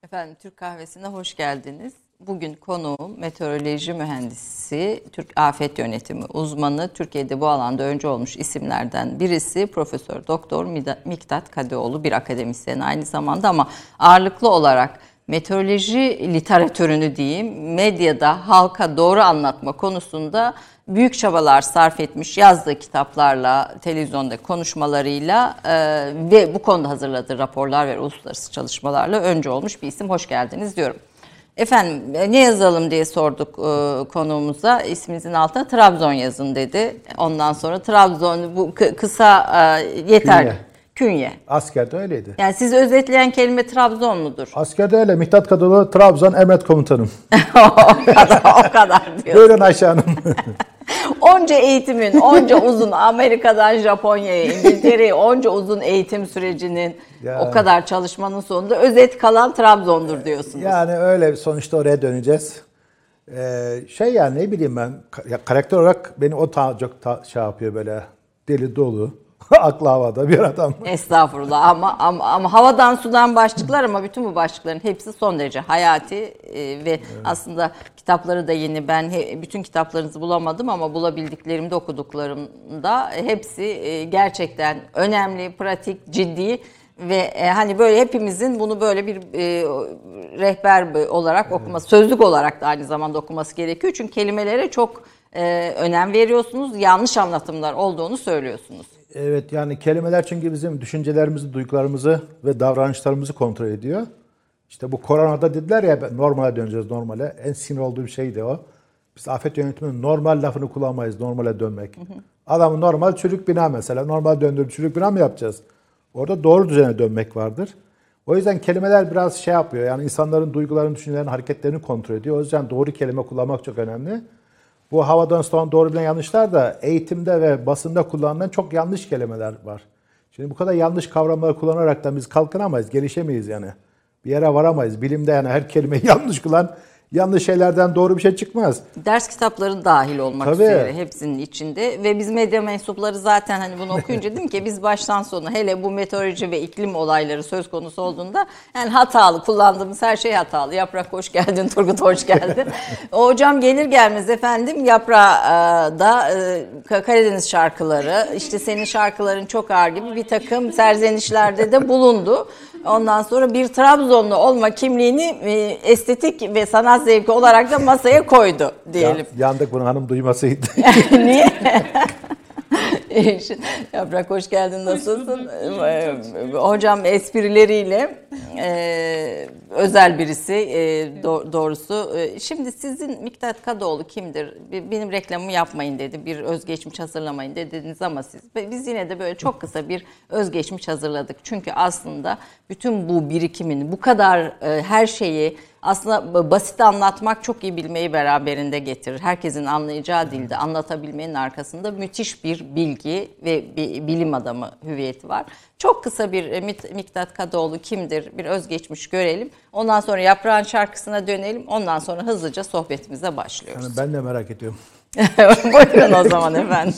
Efendim Türk Kahvesi'ne hoş geldiniz. Bugün konuğum meteoroloji mühendisi, Türk Afet Yönetimi uzmanı, Türkiye'de bu alanda öncü olmuş isimlerden birisi Profesör Doktor Miktat Kadıoğlu, bir akademisyen aynı zamanda ama ağırlıklı olarak meteoroloji literatürünü diyeyim, medyada halka doğru anlatma konusunda büyük çabalar sarf etmiş, yazdığı kitaplarla, televizyonda konuşmalarıyla ve bu konuda hazırladığı raporlar ve uluslararası çalışmalarla öncü olmuş bir isim. Hoş geldiniz diyorum. Efendim ne yazalım diye sorduk konuğumuza. İsminizin altına Trabzon yazın dedi. Ondan sonra Trabzon bu kısa yeter. Künye. Askerde öyleydi. Yani sizi özetleyen kelime Trabzon mudur? Askerde öyle. Miktat Kadıoğlu, Trabzon Emret Komutanım. o kadar diyor. Buyurun Ayşe Hanım. Onca eğitimin, onca uzun Amerika'dan Japonya'ya, İngiltere'ye onca uzun eğitim sürecinin o kadar çalışmanın sonunda özet kalan Trabzon'dur diyorsunuz. Yani öyle, sonuçta oraya döneceğiz. Yani ne bileyim ben, karakter olarak beni o çok şey yapıyor, böyle deli dolu. Aklı havada bir adam. Estağfurullah ama havadan sudan başlıklar ama bütün bu başlıkların hepsi son derece hayati ve aslında kitapları da yeni, ben bütün kitaplarınızı bulamadım ama bulabildiklerimde, okuduklarımda hepsi gerçekten önemli, pratik, ciddi ve hani böyle hepimizin bunu böyle bir rehber olarak okuması, sözlük olarak da aynı zamanda okuması gerekiyor. Çünkü kelimelere çok önem veriyorsunuz, yanlış anlatımlar olduğunu söylüyorsunuz. Evet, yani kelimeler çünkü bizim düşüncelerimizi, duygularımızı ve davranışlarımızı kontrol ediyor. İşte bu koronada dediler ya, normale döneceğiz, normale. En sinir olduğum şey de o. Biz afet yönetiminin normal lafını kullanmayız, normale dönmek. Adamın normal çürük bina mesela, normal döndürüp çürük bina mı yapacağız? Orada doğru düzene dönmek vardır. O yüzden kelimeler biraz şey yapıyor, yani insanların duygularını, düşüncelerini, hareketlerini kontrol ediyor. O yüzden doğru kelime kullanmak çok önemli. Bu havadan sudan doğru bilen yanlışlar da eğitimde ve basında kullanılan çok yanlış kelimeler var. Şimdi bu kadar yanlış kavramları kullanarak da biz kalkınamayız, gelişemeyiz yani. Bir yere varamayız. Bilimde yani her kelimeyi yanlış kullan, yanlış şeylerden doğru bir şey çıkmaz. Ders kitapları dahil olmak üzere hepsinin içinde ve biz medya mensupları zaten hani bunu okuyunca dedim ki biz baştan sona, hele bu meteoroloji ve iklim olayları söz konusu olduğunda yani hatalı, kullandığımız her şey hatalı. Yaprak hoş geldin, Turgut hoş geldin. Hocam gelir gelmez efendim Yaprak'da Karadeniz şarkıları, işte senin şarkıların çok ağır gibi bir takım serzenişlerde de bulundu. Ondan sonra bir Trabzonlu olma kimliğini estetik ve sanat zevki olarak da masaya koydu diyelim. Yandık, bunu hanım duymasaydı. Niye? Yaprak hoş geldin, nasılsın? Hocam esprileriyle özel birisi doğrusu. Şimdi sizin Miktat Kadıoğlu kimdir? Benim reklamımı yapmayın dedi, bir özgeçmiş hazırlamayın dediniz ama biz yine de böyle çok kısa bir özgeçmiş hazırladık. Çünkü aslında bütün bu birikimin, bu kadar her şeyi aslında basit anlatmak çok iyi bilmeyi beraberinde getirir. Herkesin anlayacağı dilde anlatabilmenin arkasında müthiş bir bilgi ve bir bilim adamı hüviyeti var. Çok kısa bir Miktat Kadıoğlu kimdir? Bir özgeçmiş görelim. Ondan sonra Yaprağın şarkısına dönelim. Ondan sonra hızlıca sohbetimize başlıyoruz. Yani ben de merak ediyorum. Buyurun o zaman efendim.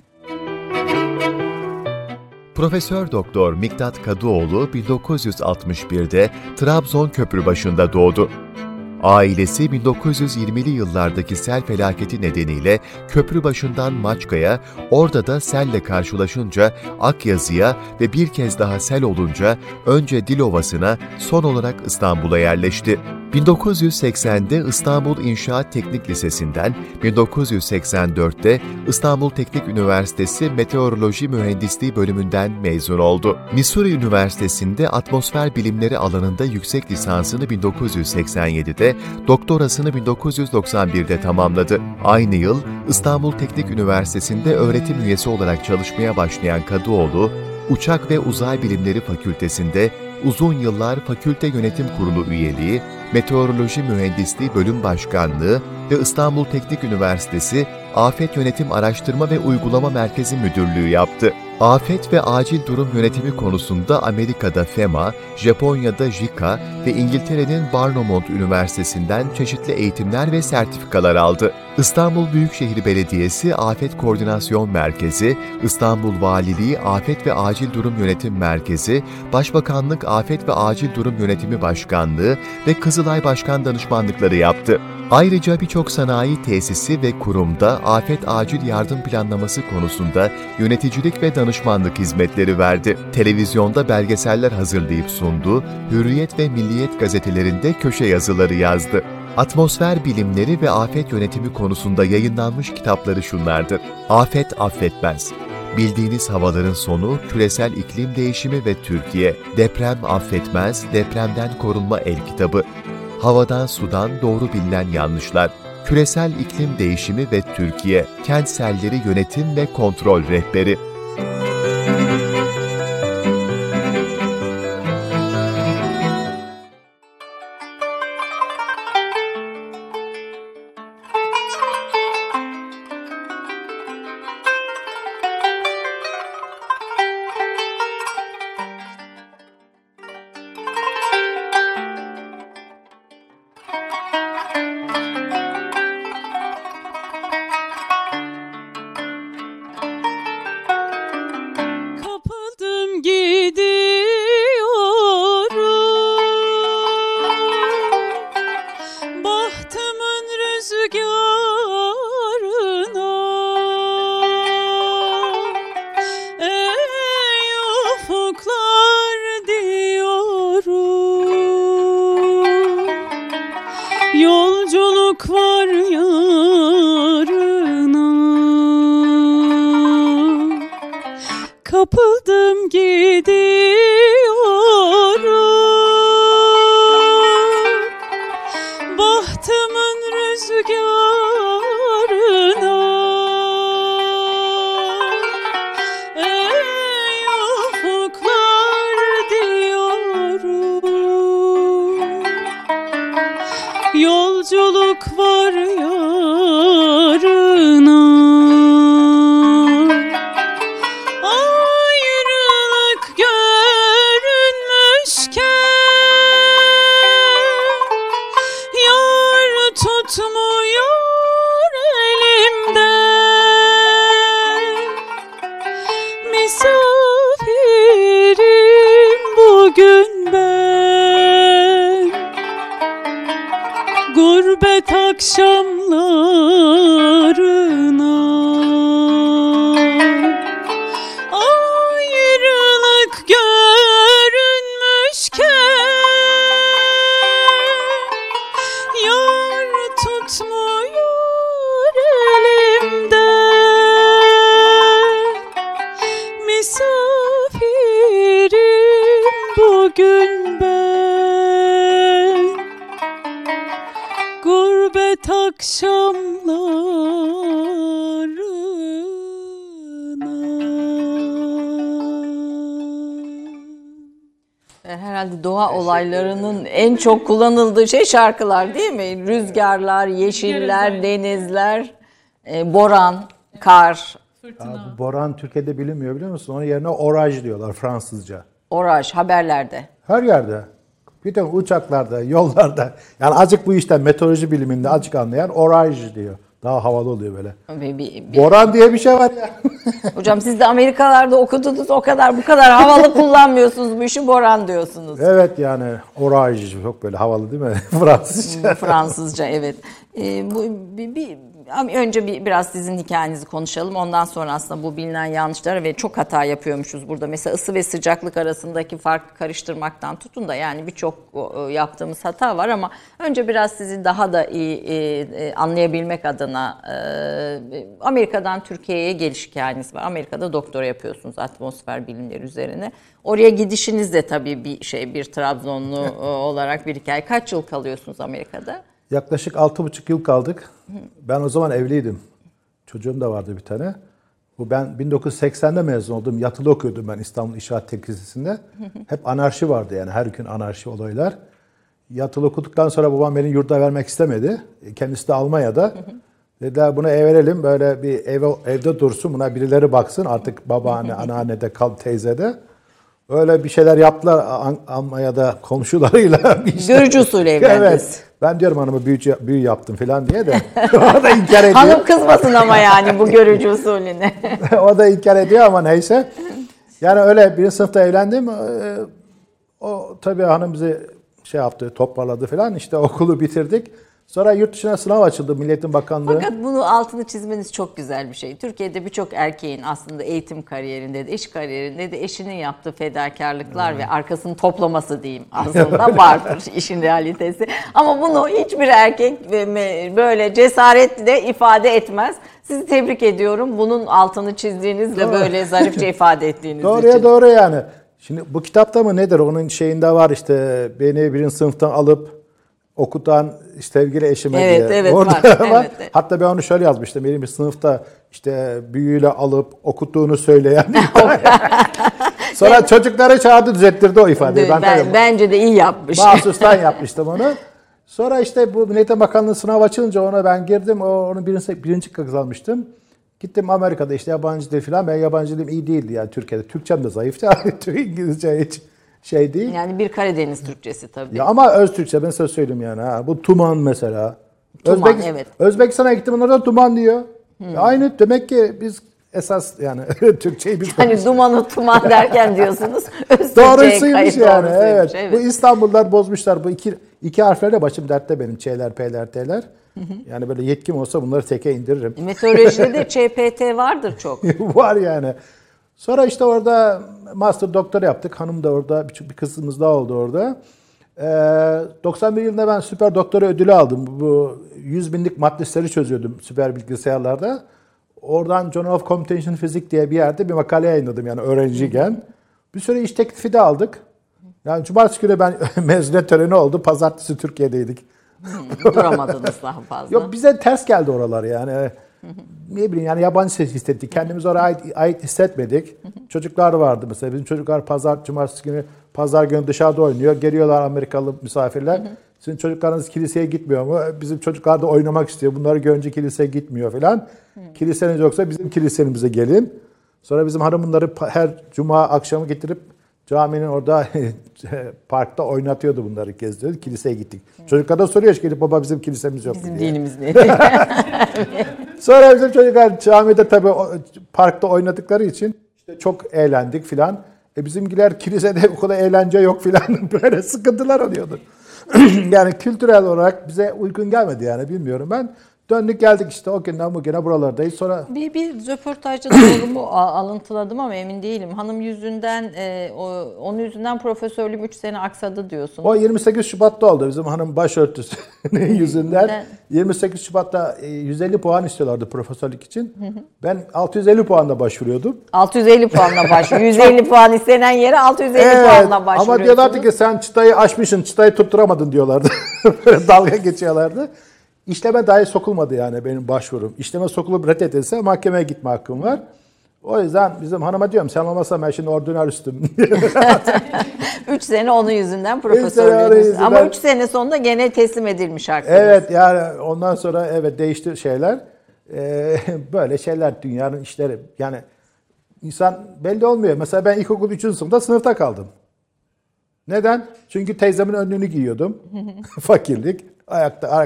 Profesör Doktor Miktat Kadıoğlu 1961'de Trabzon Köprübaşı'nda doğdu. Ailesi 1920'li yıllardaki sel felaketi nedeniyle Köprübaşı'ndan Maçka'ya, orada da selle karşılaşınca Akyazı'ya ve bir kez daha sel olunca önce Dilovası'na, son olarak İstanbul'a yerleşti. 1980'de İstanbul İnşaat Teknik Lisesi'nden, 1984'te İstanbul Teknik Üniversitesi Meteoroloji Mühendisliği bölümünden mezun oldu. Missouri Üniversitesi'nde atmosfer bilimleri alanında yüksek lisansını 1987'de, doktorasını 1991'de tamamladı. Aynı yıl İstanbul Teknik Üniversitesi'nde öğretim üyesi olarak çalışmaya başlayan Kadıoğlu, Uçak ve Uzay Bilimleri Fakültesi'nde uzun yıllar Fakülte Yönetim Kurulu üyeliği, Meteoroloji Mühendisliği Bölüm Başkanlığı ve İstanbul Teknik Üniversitesi Afet Yönetim Araştırma ve Uygulama Merkezi Müdürlüğü yaptı. Afet ve acil durum yönetimi konusunda Amerika'da FEMA, Japonya'da JICA ve İngiltere'nin Bournemouth Üniversitesi'nden çeşitli eğitimler ve sertifikalar aldı. İstanbul Büyükşehir Belediyesi Afet Koordinasyon Merkezi, İstanbul Valiliği Afet ve Acil Durum Yönetim Merkezi, Başbakanlık Afet ve Acil Durum Yönetimi Başkanlığı ve Kızılay Başkan Danışmanlıkları yaptı. Ayrıca birçok sanayi tesisi ve kurumda afet acil yardım planlaması konusunda yöneticilik ve danışmanlık hizmetleri verdi. Televizyonda belgeseller hazırlayıp sundu, Hürriyet ve Milliyet gazetelerinde köşe yazıları yazdı. Atmosfer bilimleri ve afet yönetimi konusunda yayınlanmış kitapları şunlardır: Afet affetmez. Bildiğiniz havaların sonu, küresel iklim değişimi ve Türkiye. Deprem affetmez, depremden korunma el kitabı. Havadan sudan doğru bilinen yanlışlar. Küresel iklim değişimi ve Türkiye. Kent selleri yönetim ve kontrol rehberi. Yolculuk var yarına, kapıldım gidiyorum, bahtımın rüzgarına. Ey ufuklar diyorum, yolculuk var yarına. Ayrılık görünmüşken yar tutmuyor elimden. Misafirim bugün ben, gurbet akşamlarına. Ayrılık görünmüşken yar tutmuyor elimden. Misafirim bugün ben, gurbet akşamlarına. Herhalde doğa olaylarının en çok kullanıldığı şey şarkılar değil mi? Rüzgarlar, yeşiller, denizler, boran, kar, Bu boran Türkiye'de bilinmiyor, biliyor musun? Onun yerine oraj diyorlar Fransızca. oraj haberlerde. Her yerde. Bütün uçaklarda, yollarda. Yani azıcık bu işten, meteoroloji biliminde azıcık anlayan oraj diyor. Daha havalı oluyor böyle. Boran diye bir şey var ya. Hocam siz de Amerikalarda okudunuz, o kadar bu kadar havalı kullanmıyorsunuz bu işi, boran diyorsunuz. Evet, yani oraj çok böyle havalı değil mi? Fransızca. Fransızca, evet. Önce biraz sizin hikayenizi konuşalım. Ondan sonra aslında bu bilinen yanlışlar ve çok hata yapıyormuşuz burada. Mesela ısı ve sıcaklık arasındaki farkı karıştırmaktan tutun da yani birçok yaptığımız hata var ama önce biraz sizi daha da iyi anlayabilmek adına Amerika'dan Türkiye'ye geliş hikayeniz var. Amerika'da doktora yapıyorsunuz atmosfer bilimleri üzerine. Oraya gidişiniz de tabii bir Trabzonlu olarak bir hikaye. Kaç yıl kalıyorsunuz Amerika'da? Yaklaşık 6,5 yıl kaldık. Ben o zaman evliydim. Çocuğum da vardı bir tane. Ben 1980'de mezun oldum. Yatılı okuyordum ben İstanbul İnşaat Teknisisi'nde. Hep anarşi vardı, yani her gün anarşi olaylar. Yatılı okuduktan sonra babam beni yurda vermek istemedi. Kendisi de Almanya'da. Dediler bunu verelim, böyle bir evde dursun, buna birileri baksın. Artık babaanne, anneanne de kal, teyze de. Öyle bir şeyler yaptılar Almanya'da komşularıyla. Görücü usulü evlendiniz. Evet. Ben diyorum hanımı büyü yaptım falan diye de. O da inkar ediyor. Hanım kızmasın ama yani bu görücü usulüne. O da inkar ediyor ama neyse. Yani öyle birinci sınıfta evlendim. O tabii hanım bizi şey yaptı, toparladı falan. İşte okulu bitirdik. Sonra yurt dışına sınav açıldı Milliyetin Bakanlığı. Fakat bunu altını çizmeniz çok güzel bir şey. Türkiye'de birçok erkeğin aslında eğitim kariyerinde de, iş kariyerinde de eşinin yaptığı fedakarlıklar ve arkasını toplaması diyeyim aslında vardır işin realitesi. Ama bunu hiçbir erkek böyle cesaretle ifade etmez. Sizi tebrik ediyorum. Bunun altını çizdiğinizle böyle zarifçe ifade ettiğiniz Doğruya için. doğru yani. Şimdi bu kitapta mı nedir? Onun şeyinde var işte, beni birinci sınıftan alıp okutan sevgili eşime Evet, diye. evet, Orada var. Evet. Hatta ben onu şöyle yazmıştım. Benim bir sınıfta işte büyüyle alıp okuttuğunu söyleyen. Sonra çocukları çağırdı, düzelttirdi o ifadeyi. Bence de iyi yapmış. Mahsustan yapmıştım onu. Sonra işte bu Milliyetin Bakanlığı sınav açılınca ona ben girdim. Onu birinci kız almıştım. Gittim Amerika'da işte yabancı dil falan. Ben yabancı dilim iyi değildi yani Türkiye'de. Türkçem de zayıftı. İngilizce hiç şey değil. Yani bir Karadeniz Türkçesi tabii. Ya ama öz Türkçe ben size söyleyeyim yani. Ha. Bu tuman mesela. Tuman, evet. Özbekistan'a gittim, onlar da tuman diyor. Aynı, demek ki biz esas yani Türkçeyi biz Hani dumanı tuman derken diyorsunuz. doğrusuymuş yani. Doğrusuymuş, Evet. Bu İstanbullular bozmuşlar. Bu iki harflerle başım dertte benim. Ç'ler, P'ler, T'ler. Yani böyle yetkim olsa bunları teke indiririm. Meteorolojide de ÇPT vardır çok. Var yani. Sonra işte orada master doktora yaptık. Hanım da orada, bir kızımız daha oldu orada. 91 yılında ben süper doktora ödülü aldım. Bu 100 binlik matrisleri çözüyordum süper bilgisayarlarda. Oradan Journal of Computational Physics diye bir yerde bir makale yayınladım yani öğrenciyken. Bir süre iş teklifi de aldık. Yani cumartesi günü ben mezuniyet töreni oldu. Pazartesi Türkiye'deydik. Duramadınız daha fazla. Yok, bize ters geldi oralar yani. Ne bileyim yani yabancı ses hissettik. Kendimizi oraya ait hissetmedik. Çocuklar vardı mesela. Bizim çocuklar cumartesi günü, pazar günü dışarıda oynuyor. Geliyorlar Amerikalı misafirler. Sizin çocuklarınız kiliseye gitmiyor mu? Bizim çocuklar da oynamak istiyor. Bunları görünce kiliseye gitmiyor falan. Kiliseniz yoksa bizim kilisenimize gelin. Sonra bizim hanım bunları her cuma akşamı getirip caminin orada parkta oynatıyordu, bunları gezdiriyordu. Kiliseye gittik. Çocuklar da soruyor ki baba bizim kilisemiz yok Bizim diye. dinimiz ne? Sonra bizim çocuklar camide tabii parkta oynadıkları için işte çok eğlendik filan. Bizimkiler kilisede o kadar eğlence yok filan, böyle sıkıntılar oluyordu. Yani kültürel olarak bize uygun gelmedi yani, bilmiyorum ben. Döndük geldik işte o günden bugüne buralardayız. Sonra Bir röportajda doğru mu alıntıladım ama emin değilim. Hanım yüzünden, onun yüzünden profesörlüğüm 3 sene aksadı diyorsunuz. o 28 Şubat'ta oldu bizim hanım başörtüsünün yüzünden. 28 Şubat'ta 150 puan istiyorlardı profesörlük için. Ben 650 puanla başvuruyordum. 650 puanla başvuru. 150 puan istenen yere 650 puanla başvuruyorsunuz. Ama diyorlardı ki sen çıtayı aşmışsın, çıtayı tutturamadın diyorlardı. Böyle dalga geçiyorlardı. İşleme dahi sokulmadı yani benim başvurum. İşleme sokulup reddedilse mahkemeye gitme hakkım var. O yüzden bizim hanıma diyorum, sen olmasan ben şimdi ordiner üstüm. 3 sene onun yüzünden Üç sene onun profesörlüğünüz. yüzünden. Ama 3 sene sonunda gene teslim edilmiş hakkınız. Evet yani ondan sonra evet değişti şeyler. Böyle şeyler dünyanın işleri. Yani insan belli olmuyor. Mesela ben ilkokul 3. sınıfta sınıfta kaldım. Neden? Çünkü teyzemin önlüğünü giyiyordum. Fakirlik. Ayakta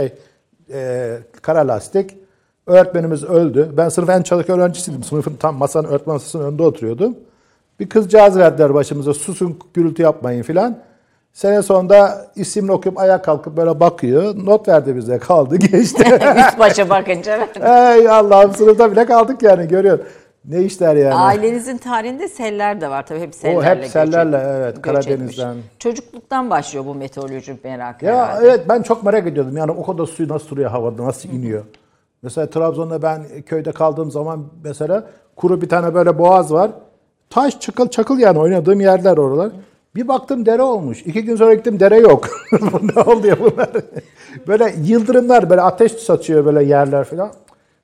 kara lastik. Öğretmenimiz öldü. Ben sınıfın en çalışkan öğrencisiydim. Sınıfın tam masanın, öğretmen masasının önünde oturuyordum. Bir kızcağız verdiler başımıza. Susun, gürültü yapmayın filan. Sene sonunda isimini okuyup ayağa kalkıp böyle bakıyor. Not verdi bize. Kaldı geçti. Üst başa bakınca. Ey Allah'ım, sınıfta bile kaldık yani, görüyorsun. Ne işler yani. Ailenizin tarihinde seller de var tabii, hep sellerle. O hep sellerle göç evet, Karadeniz'den. etmiş. Çocukluktan başlıyor bu meteoroloji merakı Ya herhalde. evet, ben çok merak ediyordum. Yani o kadar suyu nasıl duruyor havada, nasıl iniyor? Mesela Trabzon'da ben köyde kaldığım zaman mesela kuru bir tane böyle boğaz var. Taş çakıl çakıl yani, oynadığım yerler oralar. Bir baktım dere olmuş. 2 gün sonra gittim, dere yok. Ne oluyor bunlar? Böyle yıldırımlar, böyle ateş saçıyor böyle yerler falan.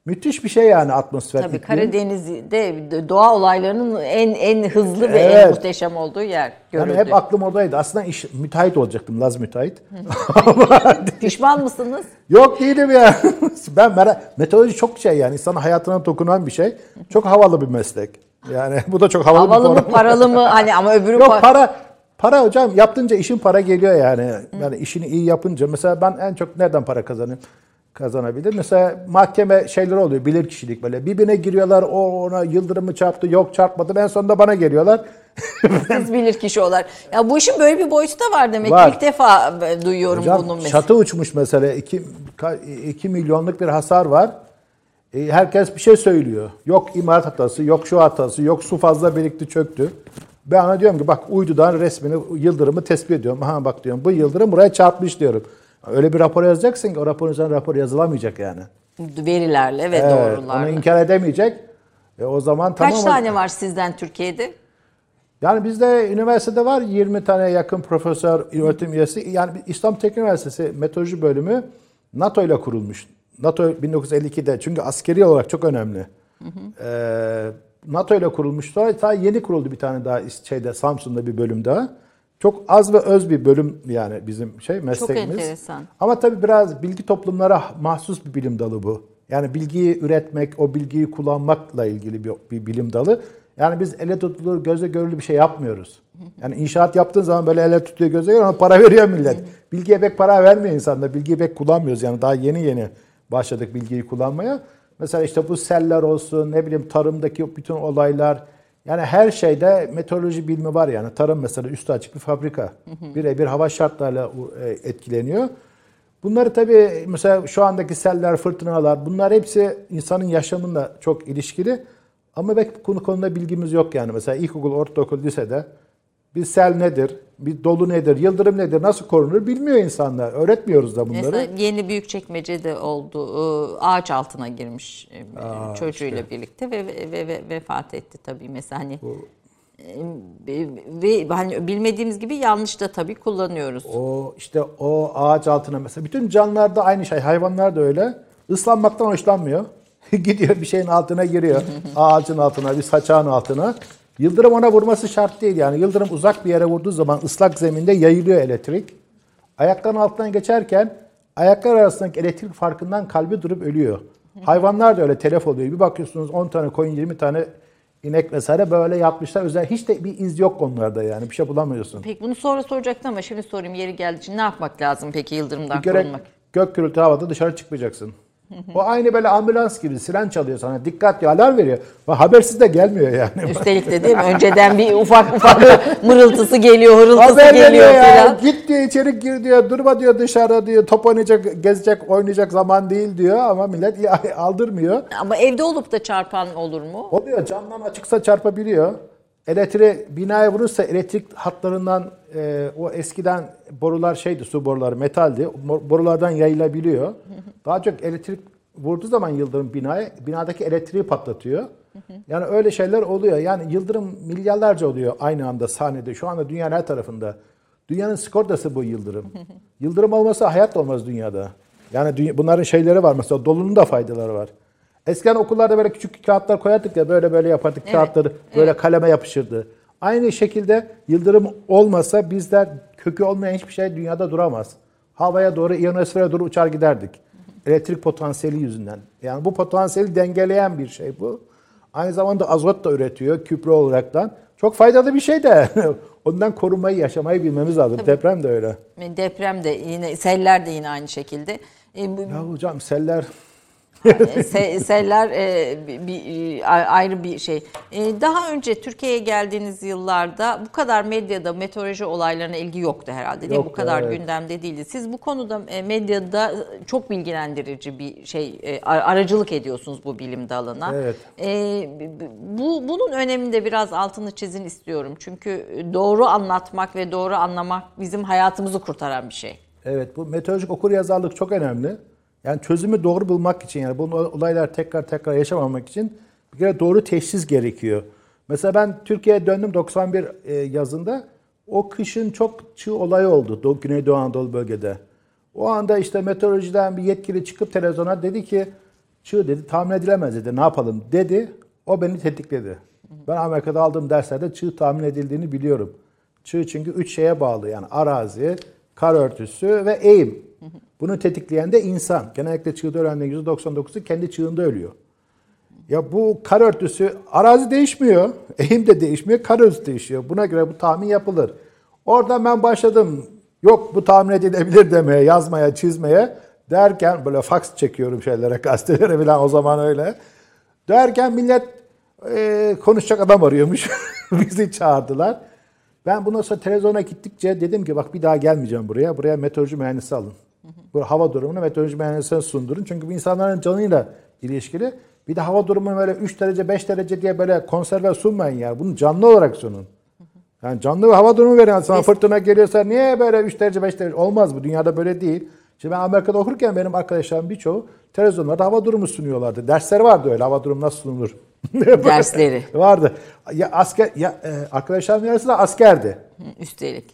Müthiş bir şey yani atmosfer. Tabii iklim. Karadeniz'de doğa olaylarının en hızlı ve Evet. en muhteşem olduğu yer görüldü. Yani hep aklım oradaydı. Aslında müteahhit olacaktım, Laz müteahhit. Pişman mısınız? Yok değilim ya. Meteoroloji çok şey yani insanın hayatına dokunan bir şey. Çok havalı bir meslek. Yani bu da çok havalı, Havalı bir mı konu. paralı mı hani ama öbürü Yok para hocam yaptınca işin para geliyor yani. Yani işini iyi yapınca mesela ben en çok nereden para kazanabilir? Mesela mahkeme şeyleri oluyor bilirkişilik böyle. Birbirine giriyorlar o ona yıldırımı çarptı yok çarpmadı en sonunda bana geliyorlar. siz bilir kişi olarak. Ya bu işin böyle bir boyutu da var demek. Var. İlk defa duyuyorum Hocam bunun mesela. çatı uçmuş mesela 2 milyonluk bir hasar var. Herkes bir şey söylüyor. Yok imalat hatası, yok şu hatası, yok su fazla birikti çöktü. Ben ona diyorum ki bak uydudan resmini, yıldırımı tespit ediyorum. Ha bak diyorum bu yıldırım buraya çarpmış diyorum. Öyle bir rapor yazacaksın ki o raporun üzerine rapor yazılamayacak yani. Verilerle ve Evet, doğrularla. onu inkar edemeyecek. O zaman Kaç tamam. tane var sizden Türkiye'de? Yani bizde üniversitede var 20 tane yakın profesör, öğretim üyesi. Yani İstanbul Teknik Üniversitesi Meteoroloji Bölümü NATO ile kurulmuş. NATO 1952'de çünkü askeri olarak çok önemli. NATO ile kurulmuş. Sonra daha yeni kuruldu bir tane daha Samsun'da bir bölüm daha. Çok az ve öz bir bölüm yani bizim mesleğimiz. Çok enteresan. Ama tabii biraz bilgi toplumlara mahsus bir bilim dalı bu. Yani bilgiyi üretmek, o bilgiyi kullanmakla ilgili bir bilim dalı. Yani biz elle tutulur, gözle görülür bir şey yapmıyoruz. Yani inşaat yaptığın zaman böyle elle tutuyor, gözle görülür ama para veriyor millet. Bilgiye pek para vermiyor insanlar. Bilgiyi pek kullanmıyoruz. Yani daha yeni başladık bilgiyi kullanmaya. Mesela işte bu seller olsun, ne bileyim tarımdaki bütün olaylar. Yani her şeyde meteoroloji bilimi var yani. Tarım mesela üstü açık bir fabrika. Birebir hava şartlarıyla etkileniyor. Bunları tabii mesela şu andaki seller, fırtınalar bunlar hepsi insanın yaşamıyla çok ilişkili. Ama belki bu konuda bilgimiz yok yani. Mesela ilkokul, ortaokul, lisede bir sel nedir, bir dolu nedir, yıldırım nedir, nasıl korunur bilmiyor insanlar. Öğretmiyoruz da bunları. Mesela yeni Büyükçekmece'de oldu. Ağaç altına girmiş çocuğuyla birlikte ve vefat etti tabii. Mesela hani ve hani bilmediğimiz gibi yanlış da tabii kullanıyoruz. O ağaç altına mesela bütün canlılarda aynı şey, hayvanlar da öyle. Islanmaktan hoşlanmıyor. Gidiyor bir şeyin altına giriyor. Ağacın altına, bir saçağın altına. Yıldırım ona vurması şart değil yani. Yıldırım uzak bir yere vurduğu zaman ıslak zeminde yayılıyor elektrik. Ayakların altından geçerken ayaklar arasındaki elektrik farkından kalbi durup ölüyor. Hayvanlar da öyle telef oluyor. Bir bakıyorsunuz 10 tane koyun, 20 tane inek vesaire böyle yapmışlar. Özel hiç de bir iz yok onlarda yani. Bir şey bulamıyorsun. Peki bunu sonra soracaktım ama şimdi sorayım yeri geldiği için ne yapmak lazım peki yıldırımdan Bir kere korunmak? gök gürültü havada dışarı çıkmayacaksın. O aynı böyle ambulans gibi siren çalıyor sana. Dikkat diyor, alarm veriyor. Habersiz de gelmiyor yani. Üstelik de değil mi? Önceden bir ufak mırıltısı geliyor, hırıltısı Haber geliyor veriyor ya. falan. Git diyor içeri gir diyor. Durma diyor dışarı diyor. Top oynayacak, gezecek, oynayacak zaman değil diyor. Ama millet aldırmıyor. Ama evde olup da çarpan olur mu? Oluyor, camdan açıksa çarpabiliyor. Elektriğe binaya vurursa elektrik hatlarından o eskiden borular su boruları metaldi. Borulardan yayılabiliyor. Daha çok elektrik vurduğu zaman yıldırım binadaki elektriği patlatıyor. Yani öyle şeyler oluyor. Yani yıldırım milyarlarca oluyor aynı anda sahnede. Şu anda dünyanın her tarafında. Dünyanın sigortası bu yıldırım. Yıldırım olmasa hayat olmaz dünyada. Yani bunların şeyleri var. Mesela dolunun da faydaları var. Eskiden okullarda böyle küçük kağıtlar koyardık ya böyle yapardık kağıtları böyle kaleme yapışırdı. Aynı şekilde yıldırım olmasa bizler kökü olmayan hiçbir şey dünyada duramaz. Havaya doğru, ionosfere doğru uçar giderdik. Elektrik potansiyeli yüzünden. Yani bu potansiyeli dengeleyen bir şey bu. Aynı zamanda azot da üretiyor küple olaraktan. Çok faydalı bir şey de. Ondan korunmayı, yaşamayı bilmemiz lazım. Tabii. Deprem de öyle. Deprem de yine, seller de yine aynı şekilde. Ya hocam seller... Seller ayrı bir şey. Daha önce Türkiye'ye geldiğiniz yıllarda bu kadar medyada meteoroloji olaylarına ilgi yoktu herhalde değil mi? Bu kadar gündemde değildi. Siz bu konuda medyada çok bilgilendirici bir aracılık ediyorsunuz bu bilim dalına. Evet. Bunun öneminde biraz altını çizin istiyorum. Çünkü doğru anlatmak ve doğru anlamak bizim hayatımızı kurtaran bir şey. Evet, bu meteorolojik okuryazarlık çok önemli. Yani çözümü doğru bulmak için yani bu olaylar tekrar yaşamamak için bir kere doğru teşhis gerekiyor. Mesela ben Türkiye'ye döndüm 91 yazında. O kışın çok çığ olayı oldu Güneydoğu Anadolu bölgede. O anda işte meteorolojiden bir yetkili çıkıp televizyona dedi ki Çığ dedi tahmin edilemez dedi. Ne yapalım dedi. O beni tetikledi. Ben Amerika'da aldığım derslerde çığ tahmin edildiğini biliyorum. Çığ çünkü 3 şeye bağlı yani arazi, kar örtüsü ve eğim. Bunu tetikleyen de insan. Genellikle çığda ölenlerin %99'u kendi çığında ölüyor. Ya bu kar örtüsü, arazi değişmiyor, eğim de değişmiyor, kar örtüsü değişiyor. Buna göre bu tahmin yapılır. Oradan ben başladım. Yok bu tahmin edilebilir demeye, yazmaya, çizmeye derken böyle fax çekiyorum şeylere, gazetelere falan o zaman öyle. Derken millet konuşacak adam arıyormuş. Bizi çağırdılar. Ben bundan sonra televizyona gittikçe dedim ki bak bir daha gelmeyeceğim buraya. Buraya meteoroloji mühendisi alın. Bu hava durumunu meteoroloji mühendisine sundurun. Çünkü bu insanların canıyla ilişkili. Bir de hava durumunu böyle 3 derece 5 derece diye böyle konserve sunmayın yani. Bunu canlı olarak sunun. Yani canlı hava durumu verin. Sana fırtına geliyorsa niye böyle 3 derece 5 derece? Olmaz bu. Dünyada böyle değil. Şimdi ben Amerika'da okurken benim arkadaşlarım birçoğu televizyonlarda hava durumu sunuyorlardı. Dersleri vardı öyle. Hava durumu nasıl sunulur? Dersleri. Vardı. Ya asker arkadaşlarım yarısı da askerdi. Üstelik.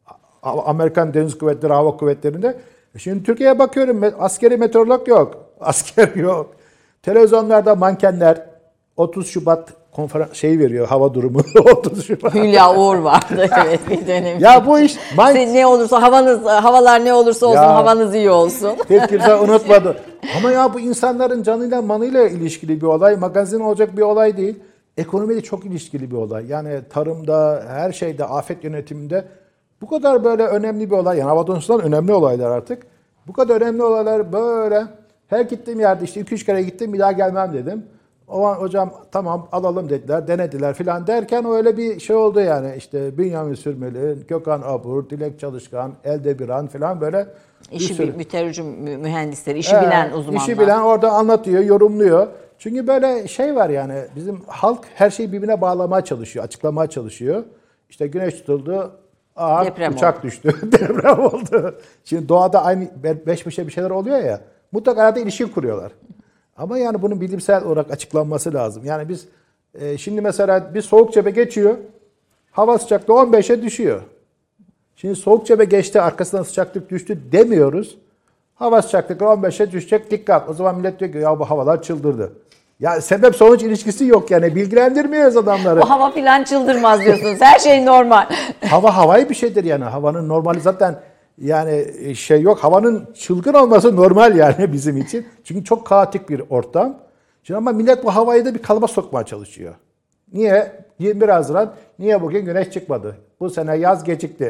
Amerikan Deniz Kuvvetleri, Hava Kuvvetleri'nde. Şimdi Türkiye'ye bakıyorum. Askeri meteorolog yok. Asker yok. Televizyonlarda mankenler 30 Şubat şeyi veriyor hava durumu 30 Şubat. Hülya Uğur vardı evet bir dönem. Ya bu iş ne olursa havalar ne olursa olsun havanız iyi olsun. Hiç kimse unutmadı. Ama ya bu insanların canıyla manıyla ilişkili bir olay. Magazin olacak bir olay değil. Ekonomiyle çok ilişkili bir olay. Yani tarımda, her şeyde, afet yönetiminde bu kadar böyle önemli bir olay. Yani hava durumundan önemli olaylar artık. Bu kadar önemli olaylar böyle. Her gittiğim yerde işte 2-3 kere gittim bir daha gelmem dedim. O an hocam tamam alalım dediler, denediler filan derken öyle bir şey oldu yani. İşte Bünyamin Sürmeli, Gökhan Abur, Dilek Çalışkan, Elde Biran filan böyle. Meteoroloji mühendisleri, işi bilen uzmanlar. İşi bilen orada anlatıyor, yorumluyor. Çünkü böyle şey var yani bizim halk her şeyi birbirine bağlamaya çalışıyor, açıklamaya çalışıyor. İşte güneş tutuldu, uçak düştü, deprem oldu. Şimdi doğada aynı beş bir şeyler oluyor ya, mutlaka arada ilişki kuruyorlar. Ama yani bunun bilimsel olarak açıklanması lazım. Yani biz şimdi mesela bir soğuk cebe geçiyor, hava sıcaklığı 15'e düşüyor. Şimdi soğuk cebe geçti, arkasından sıcaklık düştü demiyoruz. Hava sıcaklığı 15'e düşecek, dikkat. O zaman millet diyor ki ya bu havalar çıldırdı. Ya sebep sonuç ilişkisi yok yani bilgilendirmiyoruz adamları. Bu hava filan çıldırmaz diyorsunuz. Her şey normal. Havai bir şeydir yani. Havanın normali zaten yani şey yok. Havanın çılgın olması normal yani bizim için. Çünkü çok kaotik bir ortam. Şimdi ama millet bu havayı da bir kalıba sokmaya çalışıyor. Niye? 21 Haziran. Niye bugün güneş çıkmadı? Bu sene yaz gecikti.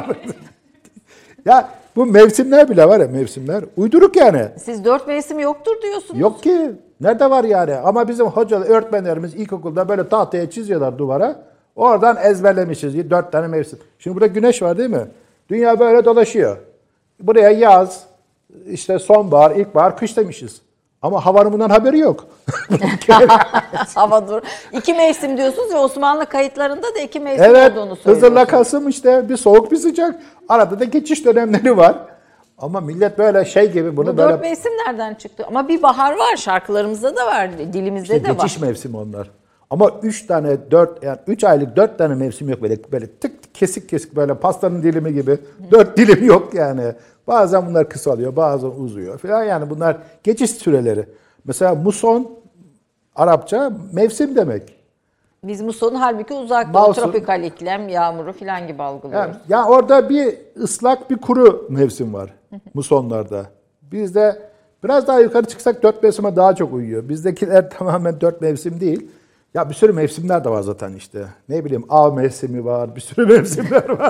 Ya bu mevsimler bile var ya mevsimler. Uyduruk yani. Siz 4 mevsim yoktur diyorsunuz. Yok ki. Nerede var yani? Ama bizim hocalar, öğretmenlerimiz ilkokulda böyle tahtaya çiziyorlar duvara. Oradan ezberlemişiz 4 tane mevsim. Şimdi burada güneş var değil mi? Dünya böyle dolaşıyor. Buraya yaz, işte sonbahar, ilkbahar, kış demişiz. Ama havanın bundan haberi yok. Hava dur. 2 mevsim diyorsunuz ya Osmanlı kayıtlarında da 2 mevsim Evet, olduğunu söylüyorsunuz. Hızır'la Kasım işte bir soğuk bir sıcak. Arada da geçiş dönemleri var. Ama millet böyle şey gibi bunu Bu böyle... 4 mevsim nereden çıktı? Ama bir bahar var, şarkılarımızda da var, dilimizde İşte de var. geçiş mevsimi onlar. Ama 3 tane 4 yani 3 aylık 4 tane mevsim yok böyle tık kesik böyle pastanın dilimi gibi 4 dilim yok yani. Bazen bunlar kısalıyor, bazen uzuyor falan yani bunlar geçiş süreleri. Mesela muson Arapça mevsim demek. Biz musonu halbuki uzak doğu, Mavsun. tropikal iklim, yağmuru falan gibi algılıyoruz. Yani orada bir ıslak bir kuru mevsim var musonlarda. Bizde biraz daha yukarı çıksak 4 mevsime daha çok uyuyor. Bizdekiler tamamen 4 mevsim değil. Ya bir sürü mevsimler de var zaten işte. Ne bileyim av mevsimi var, bir sürü mevsimler var.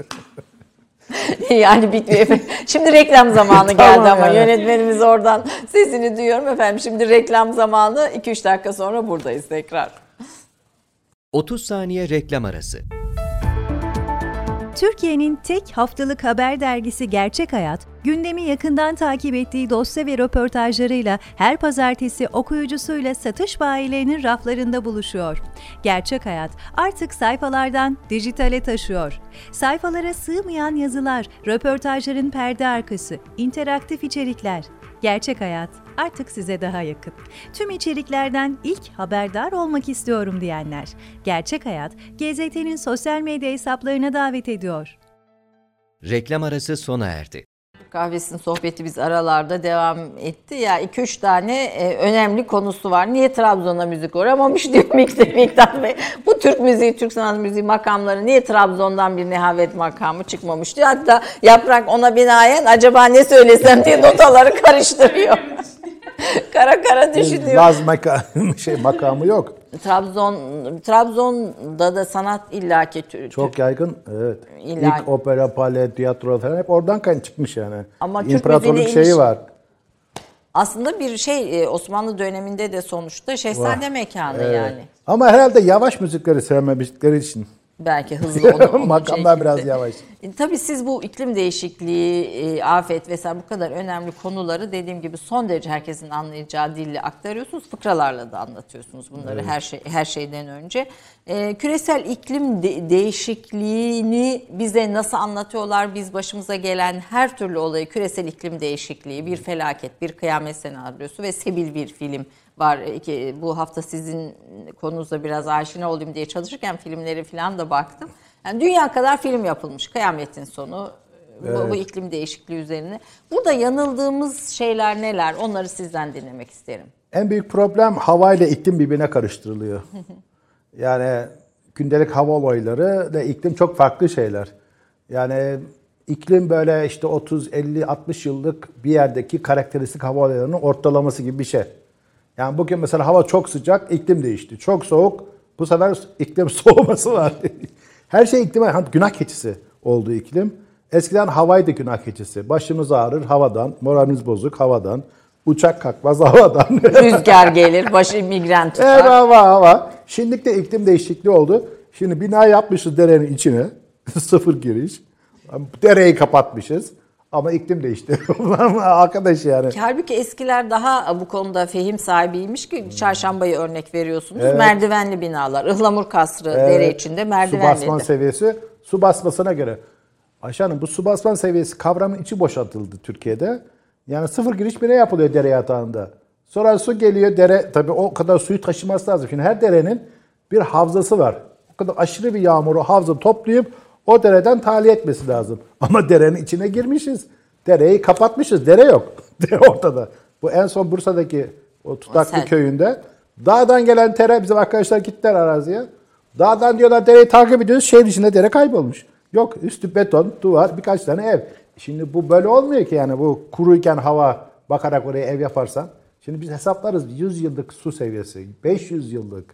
Yani bitmiyor. Şimdi reklam zamanı geldi Tamam ama yani. yönetmenimiz oradan sesini duyuyorum efendim. Şimdi reklam zamanı 2-3 dakika sonra buradayız tekrar. 30 saniye reklam arası. Türkiye'nin tek haftalık haber dergisi Gerçek Hayat, gündemi yakından takip ettiği dosya ve röportajlarıyla her pazartesi okuyucusuyla satış bayilerinin raflarında buluşuyor. Gerçek Hayat artık sayfalardan dijitale taşıyor. Sayfalara sığmayan yazılar, röportajların perde arkası, interaktif içerikler. Gerçek Hayat artık size daha yakın. Tüm içeriklerden ilk haberdar olmak istiyorum diyenler. Gerçek Hayat, GZT'nin sosyal medya hesaplarına davet ediyor. Reklam arası sona erdi. Türk kahvesinin sohbeti biz aralarda devam etti. Ya 2-3 tane önemli konusu var. Niye Trabzon'a müzik uğramamış diyor Miktat Bey. Bu Türk müziği, Türk sanat müziği makamları niye Trabzon'dan bir nihavet makamı çıkmamış diyor. Hatta Yaprak ona binaen acaba ne söylesem diye notaları karıştırıyor. Kara kara düşünüyor. Laz makamı yok. Trabzon'da da sanat illaki Çok yaygın. Evet. İlla- İlk opera, bale, tiyatro falan hep oradan çıkmış yani. Ama Türk İmparatorluk müziğine şeyi var. aslında bir Osmanlı döneminde de sonuçta şehzade mekanı yani. Ama herhalde yavaş müzikleri sevmemiştikleri için. Belki hızlı onu Makamlar biraz yavaş. Tabii siz bu iklim değişikliği, afet vesaire bu kadar önemli konuları dediğim gibi son derece herkesin anlayacağı dille aktarıyorsunuz. Fıkralarla da anlatıyorsunuz bunları her şeyden önce. Küresel iklim değişikliğini bize nasıl anlatıyorlar? Biz başımıza gelen her türlü olayı küresel iklim değişikliği, bir felaket, bir kıyamet senaryosu ve sebil bir film var. Bu hafta sizin konunuzda biraz aşina olayım diye çalışırken filmleri falan da baktım. Yani dünya kadar film yapılmış. Kıyametin sonu, bu iklim değişikliği üzerine. Burada yanıldığımız şeyler neler? Onları sizden dinlemek isterim. En büyük problem havayla iklim birbirine karıştırılıyor. Yani gündelik hava olayları ve iklim çok farklı şeyler. Yani iklim böyle işte 30, 50, 60 yıllık bir yerdeki karakteristik hava olaylarının ortalaması gibi bir şey. Yani bugün mesela hava çok sıcak, iklim değişti. Çok soğuk, bu sefer iklim soğuması var. Her şey iklime, günah keçisi oldu iklim. Eskiden havaydı günah keçisi. Başımız ağrır havadan, moralimiz bozuk havadan, uçak kalkmaz havadan. Rüzgar gelir, başı migren tutar. Evet hava. Şimdi de iklim değişikliği oldu. Şimdi bina yapmışız derenin içine. Sıfır giriş. Dereyi kapatmışız. Ama iklim değişti. Arkadaş yani. Halbuki eskiler daha bu konuda fehim sahibiymiş ki Çarşamba'yı örnek veriyorsunuz. Evet. Merdivenli binalar. Ihlamur kasrı dere içinde merdivenliydi. Su basman seviyesi. Su basmasına göre. Ayşe Hanım bu su basman seviyesi kavramın içi boşaltıldı Türkiye'de. Yani sıfır giriş bile yapılıyor dere yatağında. Sonra su geliyor dere tabii o kadar suyu taşıması lazım. Şimdi her derenin bir havzası var. O kadar aşırı bir yağmuru havza toplayıp o dereden tahliye etmesi lazım. Ama derenin içine girmişiz. Dereyi kapatmışız. Dere yok. Dere ortada. Bu en son Bursa'daki o Tutaklı köyünde. Dağdan gelen tere bizim arkadaşlar gittiler araziye. Dağdan diyorlar dereyi takip ediyoruz. Şehir içinde dere kaybolmuş. Yok üstü beton, duvar, birkaç tane ev. Şimdi bu böyle olmuyor ki yani bu kuruyken hava bakarak oraya ev yaparsan. Şimdi biz hesaplarız 100 yıllık su seviyesi, 500 yıllık.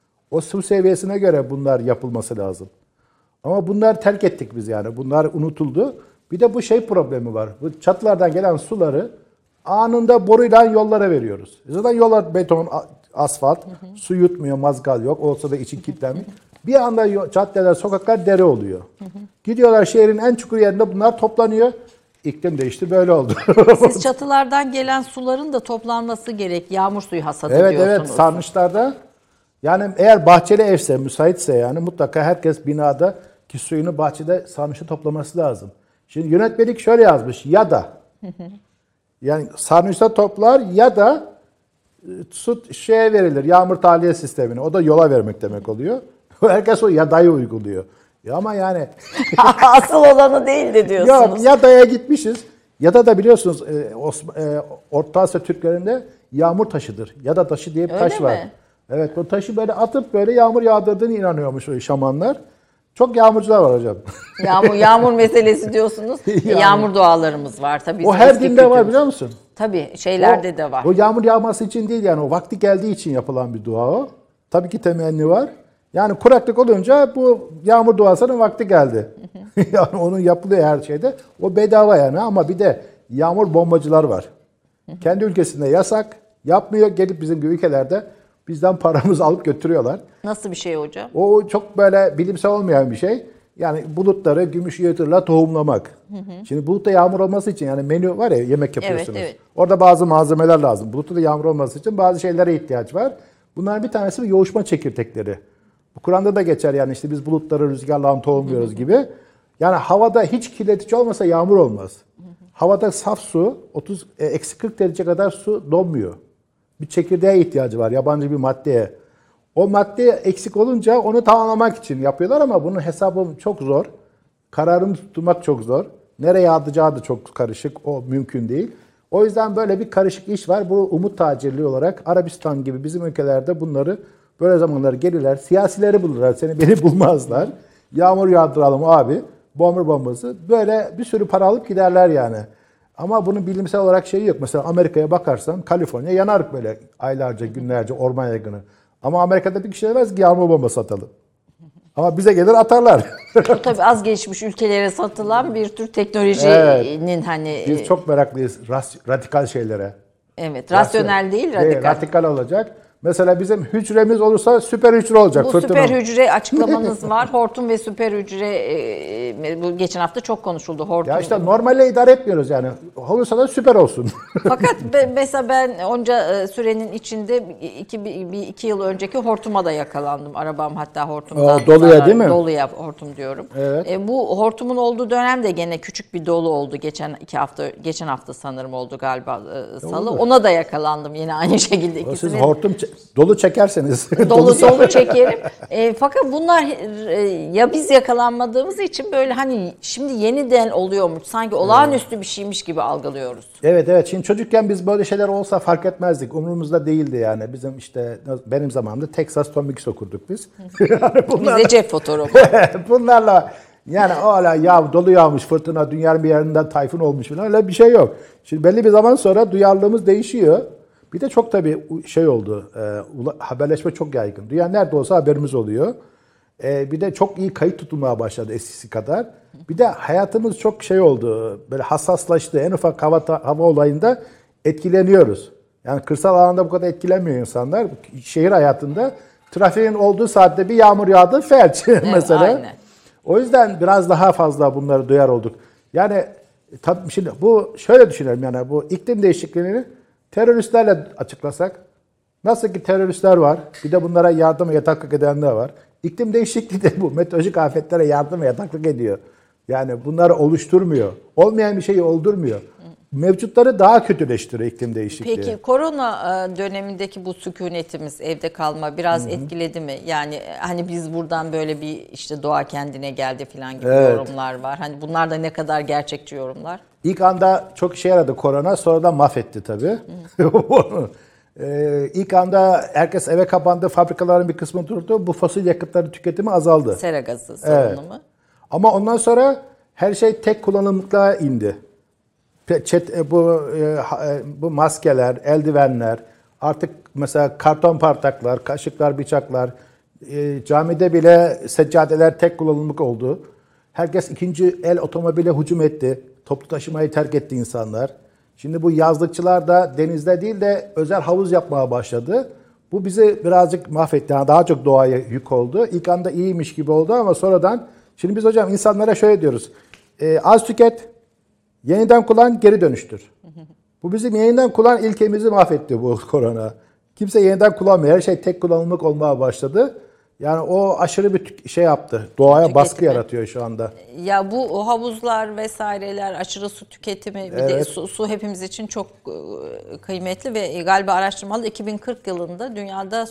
O su seviyesine göre bunlar yapılması lazım. Ama bunlar terk ettik biz yani. Bunlar unutuldu. Bir de bu problemi var. Bu çatılardan gelen suları anında boruyla yollara veriyoruz. Zaten yollar beton, asfalt, su yutmuyor, mazgal yok. Olsa da içi kilitlenmiş. Bir anda caddeler, sokaklar dere oluyor. Gidiyorlar şehrin en çukur yerinde bunlar toplanıyor. İklim değişti böyle oldu. Siz çatılardan gelen suların da toplanması gerek. Yağmur suyu hasadı diyorsunuz. Evet sarnıçlarda. Yani eğer bahçeli evse, müsaitse yani mutlaka herkes binada ki suyunu bahçede sarnıçı toplaması lazım. Şimdi yönetmelik şöyle yazmış ya da yani sarnıçta toplar ya da su verilir yağmur tahliye sistemine. O da yola vermek demek oluyor. Herkes o yadayı uyguluyor. Ya ama yani asıl olanı değildi diyorsunuz. Yok yadaya gitmişiz. Yada da biliyorsunuz Orta Asya Türklerinde yağmur taşıdır. Yada taşı diye bir taş var. Evet bu taşı böyle atıp böyle yağmur yağdırdığını inanıyormuş o şamanlar. Çok yağmurcular var hocam. Yağmur meselesi diyorsunuz. Yağmur dualarımız var tabii. O her dinde var biliyor musun? Tabii şeylerde de var. O yağmur yağması için değil yani o vakti geldiği için yapılan bir dua o. Tabii ki temenni var. Yani kuraklık olunca bu yağmur duasının vakti geldi. Yani onun yapılıyor her şeyde. O bedava yani ama bir de yağmur bombacılar var. Kendi ülkesinde yasak. Yapmıyor. Gelip bizim ülkelerde bizden paramızı alıp götürüyorlar. Nasıl bir şey hocam? O çok böyle bilimsel olmayan bir şey. Yani bulutları gümüş yığıtırla tohumlamak. Şimdi bulutta yağmur olması için yani menü var ya yemek yapıyorsunuz. Evet. Orada bazı malzemeler lazım. Bulutta da yağmur olması için bazı şeylere ihtiyaç var. Bunların bir tanesi yoğuşma çekirdekleri. Bu Kur'an'da da geçer yani işte biz bulutları rüzgarla tohumluyoruz gibi. Yani havada hiç kirletici olmasa yağmur olmaz. Havada saf su, eksi 40 derece kadar su donmuyor. Bir çekirdeğe ihtiyacı var, yabancı bir maddeye. O madde eksik olunca onu tamamlamak için yapıyorlar ama bunun hesabı çok zor. Kararını tutturmak çok zor. Nereye atacağı da çok karışık. O mümkün değil. O yüzden böyle bir karışık iş var. Bu umut tacirliği olarak Arabistan gibi bizim ülkelerde bunları böyle zamanlar gelirler. Siyasileri bulurlar. Beni bulmazlar. Yağmur yağdıralım abi. Bomber bombası. Böyle bir sürü para alıp giderler yani. Ama bunun bilimsel olarak şeyi yok. Mesela Amerika'ya bakarsan Kaliforniya yanar böyle aylarca, günlerce orman yangını. Ama Amerika'da bir kişi demez ki yağmur bombası atalım. Ama bize gelir atarlar. Bu tabii az gelişmiş ülkelere satılan bir tür teknolojinin hani... Biz çok meraklıyız radikal şeylere. Evet, rasyonel değil, radikal. Radikal olacak. Mesela bizim hücremiz olursa süper hücre olacak. Bu fırtına. süper hücre açıklamanız var. Hortum ve süper hücre bu geçen hafta çok konuşuldu. Hortum. Ya işte normalle idare etmiyoruz yani. Olursa da süper olsun. Fakat mesela ben onca sürenin içinde iki yıl önceki hortuma da yakalandım. Arabam hatta hortumdan. Doluya değil mi? Doluya hortum diyorum. Evet. Bu hortumun olduğu dönemde gene küçük bir dolu oldu. Geçen hafta sanırım oldu galiba salı. Ona da yakalandım yine aynı şekilde. Siz hortum dolu çekerseniz. Dolu çekerim. Fakat bunlar ya biz yakalanmadığımız için böyle hani şimdi yeniden oluyormuş. Sanki olağanüstü bir şeymiş gibi algılıyoruz. Evet. Şimdi çocukken biz böyle şeyler olsa fark etmezdik. Umurumuzda değildi yani. Bizim işte benim zamanımda Texas Tom Mix okurduk biz. Yani Bize cep fotoğrafı. bunlarla yani hala dolu yağmış fırtına dünyanın bir yerinden tayfun olmuş falan öyle bir şey yok. Şimdi belli bir zaman sonra duyarlılığımız değişiyor. Bir de çok tabii şey oldu, haberleşme çok yaygın. Dünya nerede olsa haberimiz oluyor. Bir de çok iyi kayıt tutulmaya başladı eskisi kadar. Bir de hayatımız çok şey oldu, böyle hassaslaştı. En ufak hava olayında etkileniyoruz. Yani kırsal alanda bu kadar etkilenmiyor insanlar. Şehir hayatında trafiğin olduğu saatte bir yağmur yağdı, felç mesela. Aynen. O yüzden biraz daha fazla bunları duyar olduk. Yani tabii şimdi bu şöyle düşünelim yani bu iklim değişikliğini teröristlerle açıklasak, nasıl ki teröristler var, bir de bunlara yardım ve yataklık edenler var. İklim değişikliği de bu meteorolojik afetlere yardım ve yataklık ediyor. Yani bunları oluşturmuyor. Olmayan bir şeyi oldurmuyor. Mevcutları daha kötüleştiriyor iklim değişikliği. Peki korona dönemindeki bu sükunetimiz, evde kalma biraz etkiledi mi? Yani hani biz buradan böyle bir işte doğa kendine geldi falan gibi yorumlar var. Hani bunlar da ne kadar gerçekçi yorumlar? İlk anda çok işe yaradı korona, sonradan mahvetti tabii. İlk anda herkes eve kapandı, fabrikaların bir kısmı durdu. Bu fosil yakıtların tüketimi azaldı. Sera gazı salınımı. Ama ondan sonra her şey tek kullanımlıkla indi. Bu maskeler, eldivenler, artık mesela karton bardaklar, kaşıklar, bıçaklar, camide bile seccadeler tek kullanımlık oldu. Herkes ikinci el otomobile hücum etti. Toplu taşımayı terk etti insanlar. Şimdi bu yazlıkçılar da denizde değil de özel havuz yapmaya başladı. Bu bizi birazcık mahvetti. Yani daha çok doğaya yük oldu. İlk anda iyiymiş gibi oldu ama sonradan... Şimdi biz hocam insanlara şöyle diyoruz. Az tüket, yeniden kullan, geri dönüştür. Bu bizim yeniden kullan ilkemizi mahvetti bu korona. Kimse yeniden kullanmıyor. Her şey tek kullanımlık olmaya başladı. Yani o aşırı bir şey yaptı. Doğaya baskı yaratıyor şu anda. Ya bu havuzlar vesaireler, aşırı su tüketimi, bir de su hepimiz için çok kıymetli ve galiba araştırmalı 2040 yılında dünyada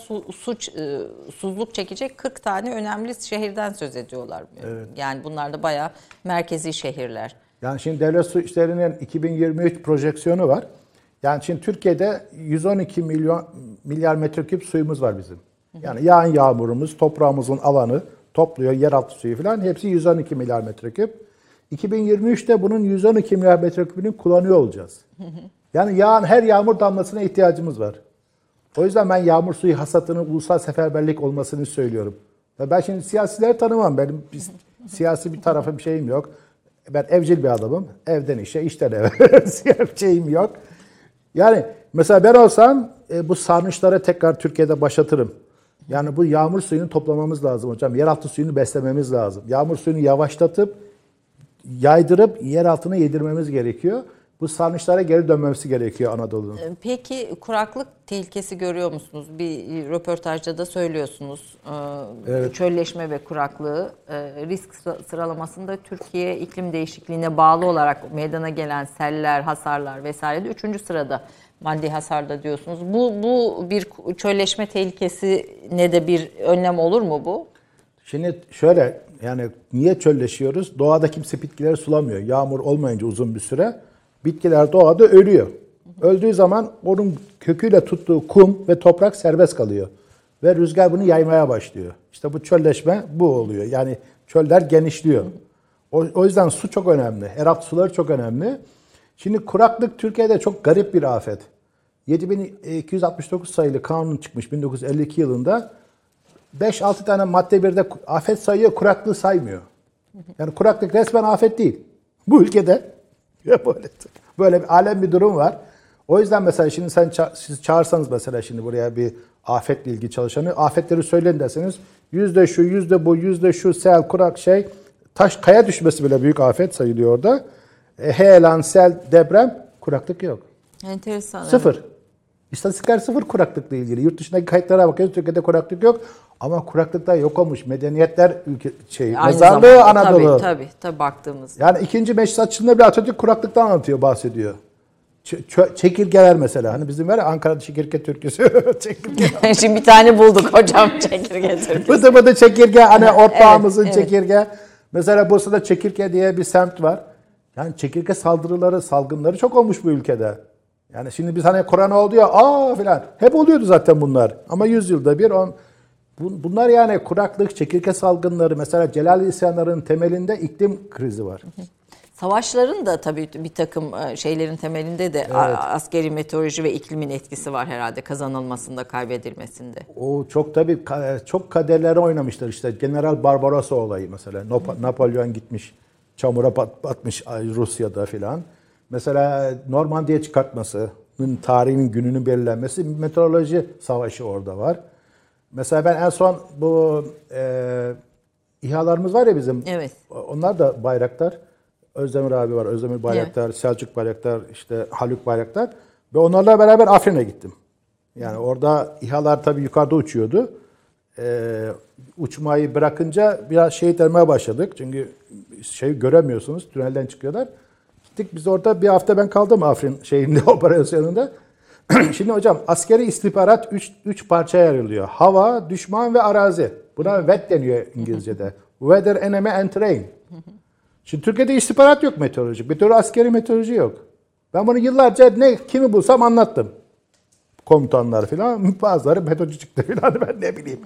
susuzluk çekecek 40 tane önemli şehirden söz ediyorlar. Evet. Yani bunlar da bayağı merkezi şehirler. Yani şimdi Devlet Su İşleri'nin 2023 projeksiyonu var. Yani şimdi Türkiye'de 112 milyar metreküp suyumuz var bizim. Yani yağan yağmurumuz, toprağımızın alanı topluyor, yeraltı suyu falan hepsi 112 milyar metreküp. 2023'te bunun 112 milyar metreküpünü kullanıyor olacağız. Yani yağan her yağmur damlasına ihtiyacımız var. O yüzden ben yağmur suyu hasatının ulusal seferberlik olmasını söylüyorum. Ben şimdi siyasileri tanımam. Benim siyasi bir tarafım bir şeyim yok. Ben evcil bir adamım. Evden işe, işten eve. Şeyim yok. Yani mesela ben olsam bu sarnıçlara tekrar Türkiye'de başlatırım. Yani bu yağmur suyunu toplamamız lazım hocam. Yeraltı suyunu beslememiz lazım. Yağmur suyunu yavaşlatıp, yaydırıp yer altına yedirmemiz gerekiyor. Bu sarnıçlara geri dönmemesi gerekiyor Anadolu'nun. Peki kuraklık tehlikesi görüyor musunuz? Bir röportajda da söylüyorsunuz. Evet. Çölleşme ve kuraklığı risk sıralamasında Türkiye iklim değişikliğine bağlı olarak meydana gelen seller, hasarlar vesairede 3. sırada. Maddi hasarda diyorsunuz. Bu bir çölleşme tehlikesine de bir önlem olur mu bu? Şimdi şöyle yani niye çölleşiyoruz? Doğada kimse bitkileri sulamıyor. Yağmur olmayınca uzun bir süre bitkiler doğada ölüyor. Öldüğü zaman onun köküyle tuttuğu kum ve toprak serbest kalıyor. Ve rüzgar bunu yaymaya başlıyor. İşte bu çölleşme bu oluyor. Yani çöller genişliyor. O yüzden su çok önemli. Erat suları çok önemli. Şimdi kuraklık Türkiye'de çok garip bir afet. 7269 sayılı kanun çıkmış 1952 yılında. 5-6 tane madde birde afet sayıyor, kuraklığı saymıyor. Yani kuraklık resmen afet değil. Bu ülkede böyle bir alem bir durum var. O yüzden mesela şimdi siz çağırsanız mesela şimdi buraya bir afetle ilgili çalışanı, afetleri söyleyin derseniz yüzde şu, yüzde bu, yüzde şu, sel, kurak taş, kaya düşmesi bile büyük afet sayılıyor orada. Heyelan, sel, deprem, kuraklık yok. Enteresan. Sıfır. İstatistikler sıfır kuraklıkla ilgili. Yurt dışındaki kayıtlara bakıyoruz. Türkiye'de kuraklık yok. Ama kuraklıkta yok olmuş. Medeniyetler mezarlığı Anadolu. Tabii baktığımızda. Yani 2. Meclis açılımında bile Atatürk kuraklıktan bahsediyor. Çekirgeler mesela. Hani bizim var ya Ankara'da çekirge türküsü. Çekirge. Şimdi bir tane bulduk hocam çekirge türküsü. Bıdı bıdı çekirge. Hani ortağımızın çekirge. Mesela Bursa'da Çekirge diye bir semt var. Yani çekirge saldırıları, salgınları çok olmuş bu ülkede. Yani şimdi biz hani korona oldu ya filan. Hep oluyordu zaten bunlar. Ama 100 yılda bir bunlar yani kuraklık, çekirge salgınları, mesela Celali isyanlarının temelinde iklim krizi var. Savaşların da tabii bir takım şeylerin temelinde de askeri meteoroloji ve iklimin etkisi var herhalde kazanılmasında, kaybedilmesinde. O çok tabii çok kaderlere oynamışlar işte. General Barbarossa olayı mesela. Napolyon gitmiş, çamura batmış Rusya'da filan. Mesela Normandiya çıkartmasının tarihinin gününün belirlenmesi, meteoroloji savaşı orada var. Mesela ben en son bu İHA'larımız var ya bizim. Evet. Onlar da Bayraktar. Özdemir abi var. Özdemir Bayraktar, evet. Selçuk Bayraktar, işte Haluk Bayraktar. Ve onlarla beraber Afrin'e gittim. Yani orada İHA'lar tabii yukarıda uçuyordu. Uçmayı bırakınca biraz denmeye başladık. Çünkü göremiyorsunuz. Tünelden çıkıyorlar. Gittik biz orada bir hafta ben kaldım Afrin operasyonunda. Şimdi hocam askeri istihbarat 3 parçaya ayrılıyor. Hava, düşman ve arazi. Buna WET deniyor İngilizce'de. Weather, Enemy and Terrain. Şimdi Türkiye'de istihbarat yok meteorolojik. Askeri meteoroloji yok. Ben bunu yıllarca kimi bulsam anlattım. Komutanlar filan. Bazıları FETÖ'cü çıktı filan. Ben ne bileyim.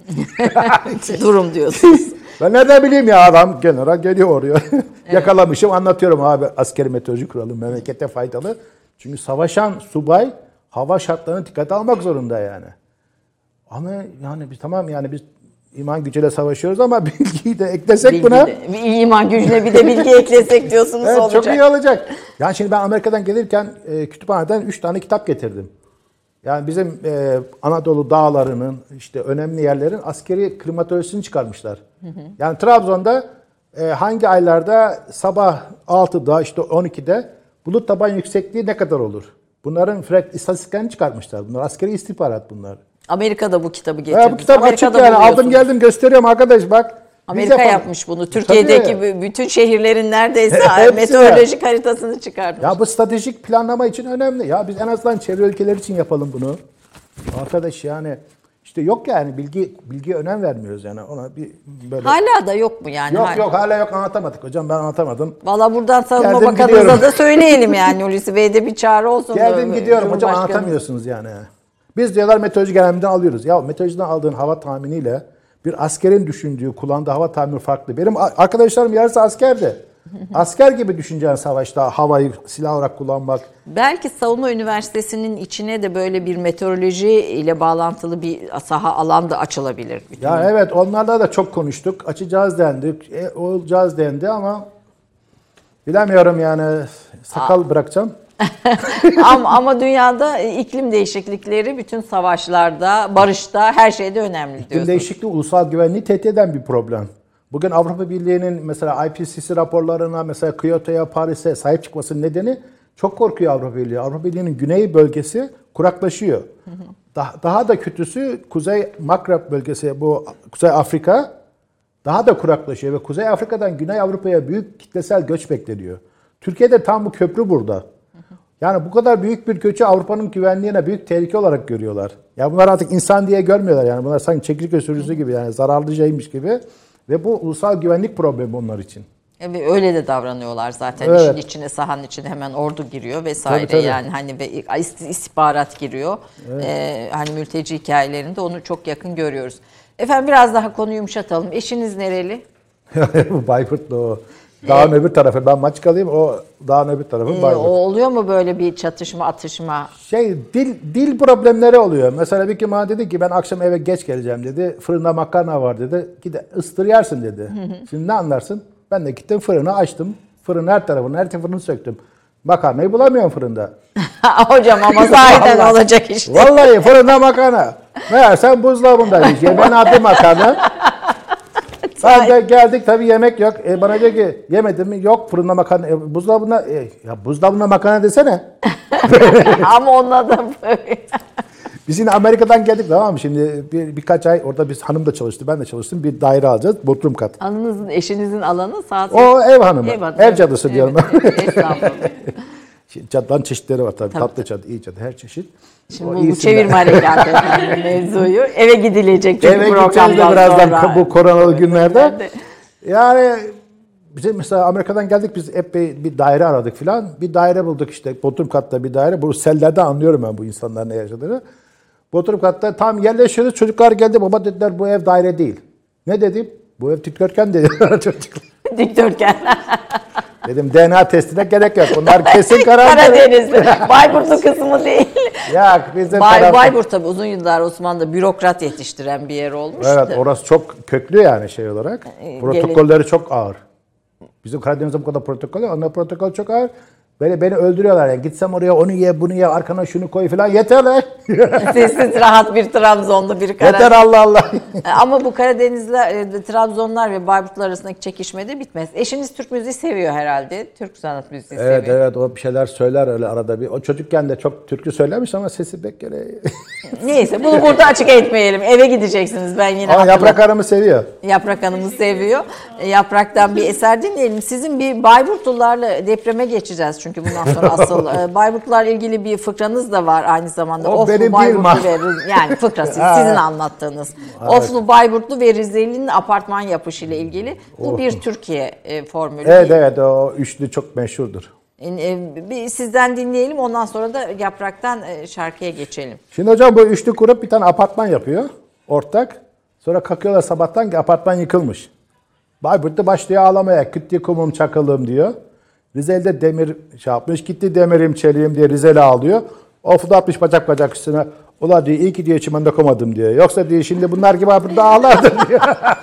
Durum diyorsunuz. Ben nereden bileyim ya adam general geliyor oraya. Evet. Yakalamışım anlatıyorum abi askeri meteoroloji kuralı memlekete faydalı. Çünkü savaşan subay hava şartlarını dikkate almak zorunda yani. Ama yani biz tamam yani biz iman gücüyle savaşıyoruz ama bilgiyi de eklesek buna. İman gücüne bir de bilgi eklesek diyorsunuz evet, olacak. Çok iyi olacak. Yani şimdi ben Amerika'dan gelirken kütüphaneden 3 tane kitap getirdim. Yani bizim Anadolu dağlarının işte önemli yerlerin askeri klimatolojisini çıkarmışlar. Yani Trabzon'da hangi aylarda sabah 6'da işte 12'de bulut taban yüksekliği ne kadar olur? Bunların istatistiklerini çıkartmışlar. Bunlar askeri istihbarat bunlar. Amerika'da bu kitabı getirmiş. Bu kitap açık yani aldım geldim gösteriyorum arkadaş bak. Amerika yapmış bunu. Türkiye'deki bütün şehirlerin neredeyse meteorolojik haritasını çıkarmış. Ya bu stratejik planlama için önemli. Ya biz en azından çevre ülkeler için yapalım bunu. Arkadaş yani işte yok yani bilgiye önem vermiyoruz yani ona bir böyle. Hala da yok mu yani? Yok hala yok anlatamadık hocam ben anlatamadım. Valla buradan Savunma Bakanımıza da söyleyelim yani Hulusi Bey'de bir çağrı olsun. Geldim gidiyorum hocam anlatamıyorsunuz yani. Biz diyorlar meteoroloji genelliğinden alıyoruz. Ya meteorolojiden aldığın hava tahminiyle bir askerin düşündüğü, kullandığı hava tahmini farklı. Benim arkadaşlarım yarısı askerdi. Asker gibi düşüneceğin savaşta havayı silah olarak kullanmak. Belki Savunma Üniversitesi'nin içine de böyle bir meteoroloji ile bağlantılı bir saha alan da açılabilir. Ya evet onlarla da çok konuştuk. Açacağız dendi, olacağız dendi ama bilemiyorum yani sakal bırakacağım. ama dünyada iklim değişiklikleri bütün savaşlarda, barışta, her şeyde önemli diyorsunuz. İklim değişikliği ulusal güvenliği tehdit eden bir problem. Bugün Avrupa Birliği'nin mesela IPCC raporlarına, mesela Kyoto'ya, Paris'e sahip çıkmasının nedeni çok korkuyor Avrupa Birliği. Avrupa Birliği'nin güney bölgesi kuraklaşıyor. Daha da kötüsü Kuzey Magreb bölgesi, bu Kuzey Afrika daha da kuraklaşıyor ve Kuzey Afrika'dan Güney Avrupa'ya büyük kitlesel göç bekleniyor. Türkiye'de tam bu köprü burada. Yani bu kadar büyük bir göçü Avrupa'nın güvenliğine büyük tehlike olarak görüyorlar. Ya bunlar artık insan diye görmüyorlar yani. Bunlar sanki çekirge sürüsü gibi yani zararlı şeymiş gibi. Ve bu ulusal güvenlik problemi onlar için. Evet, öyle de davranıyorlar zaten. Evet. İşin içine, sahanın içine hemen ordu giriyor vesaire. Tabii. Yani hani ve istihbarat giriyor. Hani mülteci hikayelerinde onu çok yakın görüyoruz. Efendim biraz daha konuyu yumuşatalım. Eşiniz nereli? Bu Bayburtlu o. Dağın öbür tarafı. Ben Maçkalıyım. O dağın öbür tarafı Bayburt. Oluyor mu böyle bir çatışma, atışma? Dil problemleri oluyor. Mesela bir kim bana dedi ki ben akşam eve geç geleceğim dedi. Fırında makarna var dedi. Gide ıstır yersin dedi. Şimdi ne anlarsın? Ben de gittim fırını açtım. Fırının her tarafını söktüm. Makarnayı bulamıyorum fırında. Hocam ama sahiden olacak işte. Vallahi fırında makarna. Meğersem buzdolabındaymış. Ben aldım makarna. Ben de geldik tabii yemek yok. Bana diyor ki yemedim mi? Yok fırında makarna. Buzdolabında ya buzdolabında makarna desene. Ama onunla da böyle. Biz yine Amerika'dan geldik tamam mı? Şimdi birkaç ay orada biz hanım da çalıştı, ben de çalıştım. Bir daire alacağız. Bodrum kat. Hanınızın, eşinizin alanı saat. O ev hanımı. Ev Ev cadısı diyorum. Evet, estağfurullah. Cadıların çeşitleri var tabii. Tatlı cadı, iyi cadı, her çeşit. Şimdi O bu iyisinden. çevirme harekatı efendim mevzuyu. Eve gidilecek çünkü Eve gideceğiz de birazdan bu koronalı günlerde. Yani bizim mesela Amerika'dan geldik biz hep bir daire aradık filan. Bir daire bulduk işte Bodrum katta bir daire. Bu sellerde anlıyorum ben bu insanların ne yaşadığını. Bodrum katta tam yerleşiyoruz. Çocuklar geldi baba dediler bu ev daire değil. Ne dedim? Bu ev dikdörtgen dediler çocuklar. Dikdörtgen. Dedim DNA testine gerek yok. Bunlar kesin karar verir. Karadeniz'de. Bayburtlu kısmı değil. Ya bizim tarafta. Bayburt tabii uzun yıllar Osmanlı'da bürokrat yetiştiren bir yer olmuş. Evet orası çok köklü yani şey olarak. Protokolleri çok ağır. Bizim Karadeniz'de bu kadar protokol yok. Onlar protokol çok ağır. Beni öldürüyorlar yani. Gitsem oraya onu ye, bunu ye, arkana şunu koy falan. Yeter lan. Sessiz rahat bir Trabzonlu bir Karadeniz. Yeter Allah Allah. Ama bu Karadenizler, Trabzonlar ve Bayburtlar arasındaki çekişme de bitmez. Eşiniz Türk müziği seviyor herhalde. Türk sanat müziği Evet seviyor. evet o bir şeyler söyler öyle arada bir. O çocukken de çok türkü söylemiş ama sesi pek göre. Neyse bunu burada açık etmeyelim. Eve gideceksiniz ben yine. Ama Yaprak Hanım'ı seviyor. Yaprak Hanım'ı seviyor. Yaprak'tan bir eser dinleyelim. Sizin bir Bayburtlularla depreme geçeceğiz çünkü bundan sonra asıl. Bayburtlularla ilgili bir fıkranız da var aynı zamanda. O benim değil Bayburtlu ve yani fıkrası sizin anlattığınız. Evet. Oflu, Bayburtlu ve Rizeli'nin apartman yapışıyla ilgili. Bu bir Türkiye formülü. Evet evet o üçlü çok meşhurdur. Bir sizden dinleyelim ondan sonra da Yaprak'tan şarkıya geçelim. Şimdi hocam bu üçlü kurup bir tane apartman yapıyor. Ortak. Sonra kalkıyorlar sabahtan ki apartman yıkılmış. Bayburt'ta başlıyor ağlamaya. Kütti kumum çakılım diyor. Rizeli'de demir şey yapmış. Gitti demirim çeliğim diye Rizeli ağlıyor. Oflu atmış bacak bacak üstüne. Ula diyor iyi ki diyor çimende komadım diyor. Yoksa diyor şimdi bunlar gibi burada ağlardım diyor.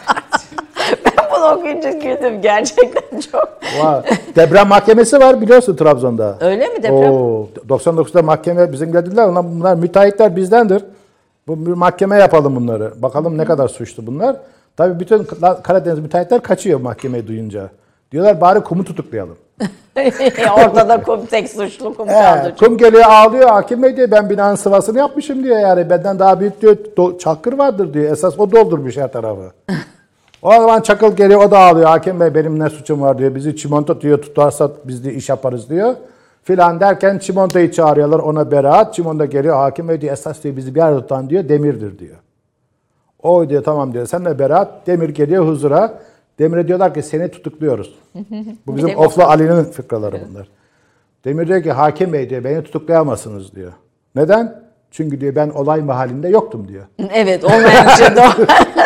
Ben bunu okuyunca güldüm gerçekten çok. Deprem mahkemesi var biliyorsun Trabzon'da. Öyle mi deprem? 99'da mahkeme bizim dediler. Bunlar müteahhitler bizdendir. Bu mahkeme yapalım bunları. Bakalım ne kadar suçlu bunlar. Tabii bütün Karadeniz müteahhitler kaçıyor mahkemeyi duyunca. Diyorlar bari kumu tutuklayalım. Ortada kum tek suçlu kum kaldı. Kum geliyor ağlıyor. Hakim Bey diyor ben binanın sıvasını yapmışım diyor yani. Benden daha büyük diyor Çakır vardır diyor. Esas o doldurmuş her tarafı. O zaman Çakıl geliyor o da ağlıyor. Hakim Bey benim ne suçum var diyor. Bizi çimento diyor tutarsa biz de iş yaparız diyor. Filan derken çimentoyu çağırıyorlar ona beraat. Çimento geliyor Hakim Bey diyor esas diyor bizi bir arada tutan diyor demirdir diyor. O diyor tamam diyor sen de beraat. Demir geliyor huzura. Demir'e diyorlar ki seni tutukluyoruz. Bu bizim Oflu Ali'nin fıkraları bunlar. Demir diyor ki Hakim Bey diyor beni tutuklayamazsınız diyor. Neden? Çünkü diyor ben olay mahallinde yoktum diyor. Evet olmayan bir şey de o.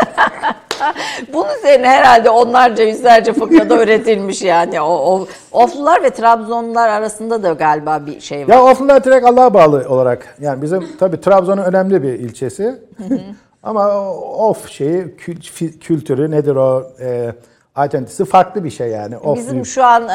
Bunun üzerine herhalde onlarca yüzlerce fıkrada öğretilmiş yani. Oflular ve Trabzonlular arasında da galiba bir şey var. Ya Oflular direkt Allah'a bağlı olarak. Yani bizim tabii Trabzon'un önemli bir ilçesi. Ama of şeyi kültürü nedir o identitesi farklı bir şey yani. Bizim şu an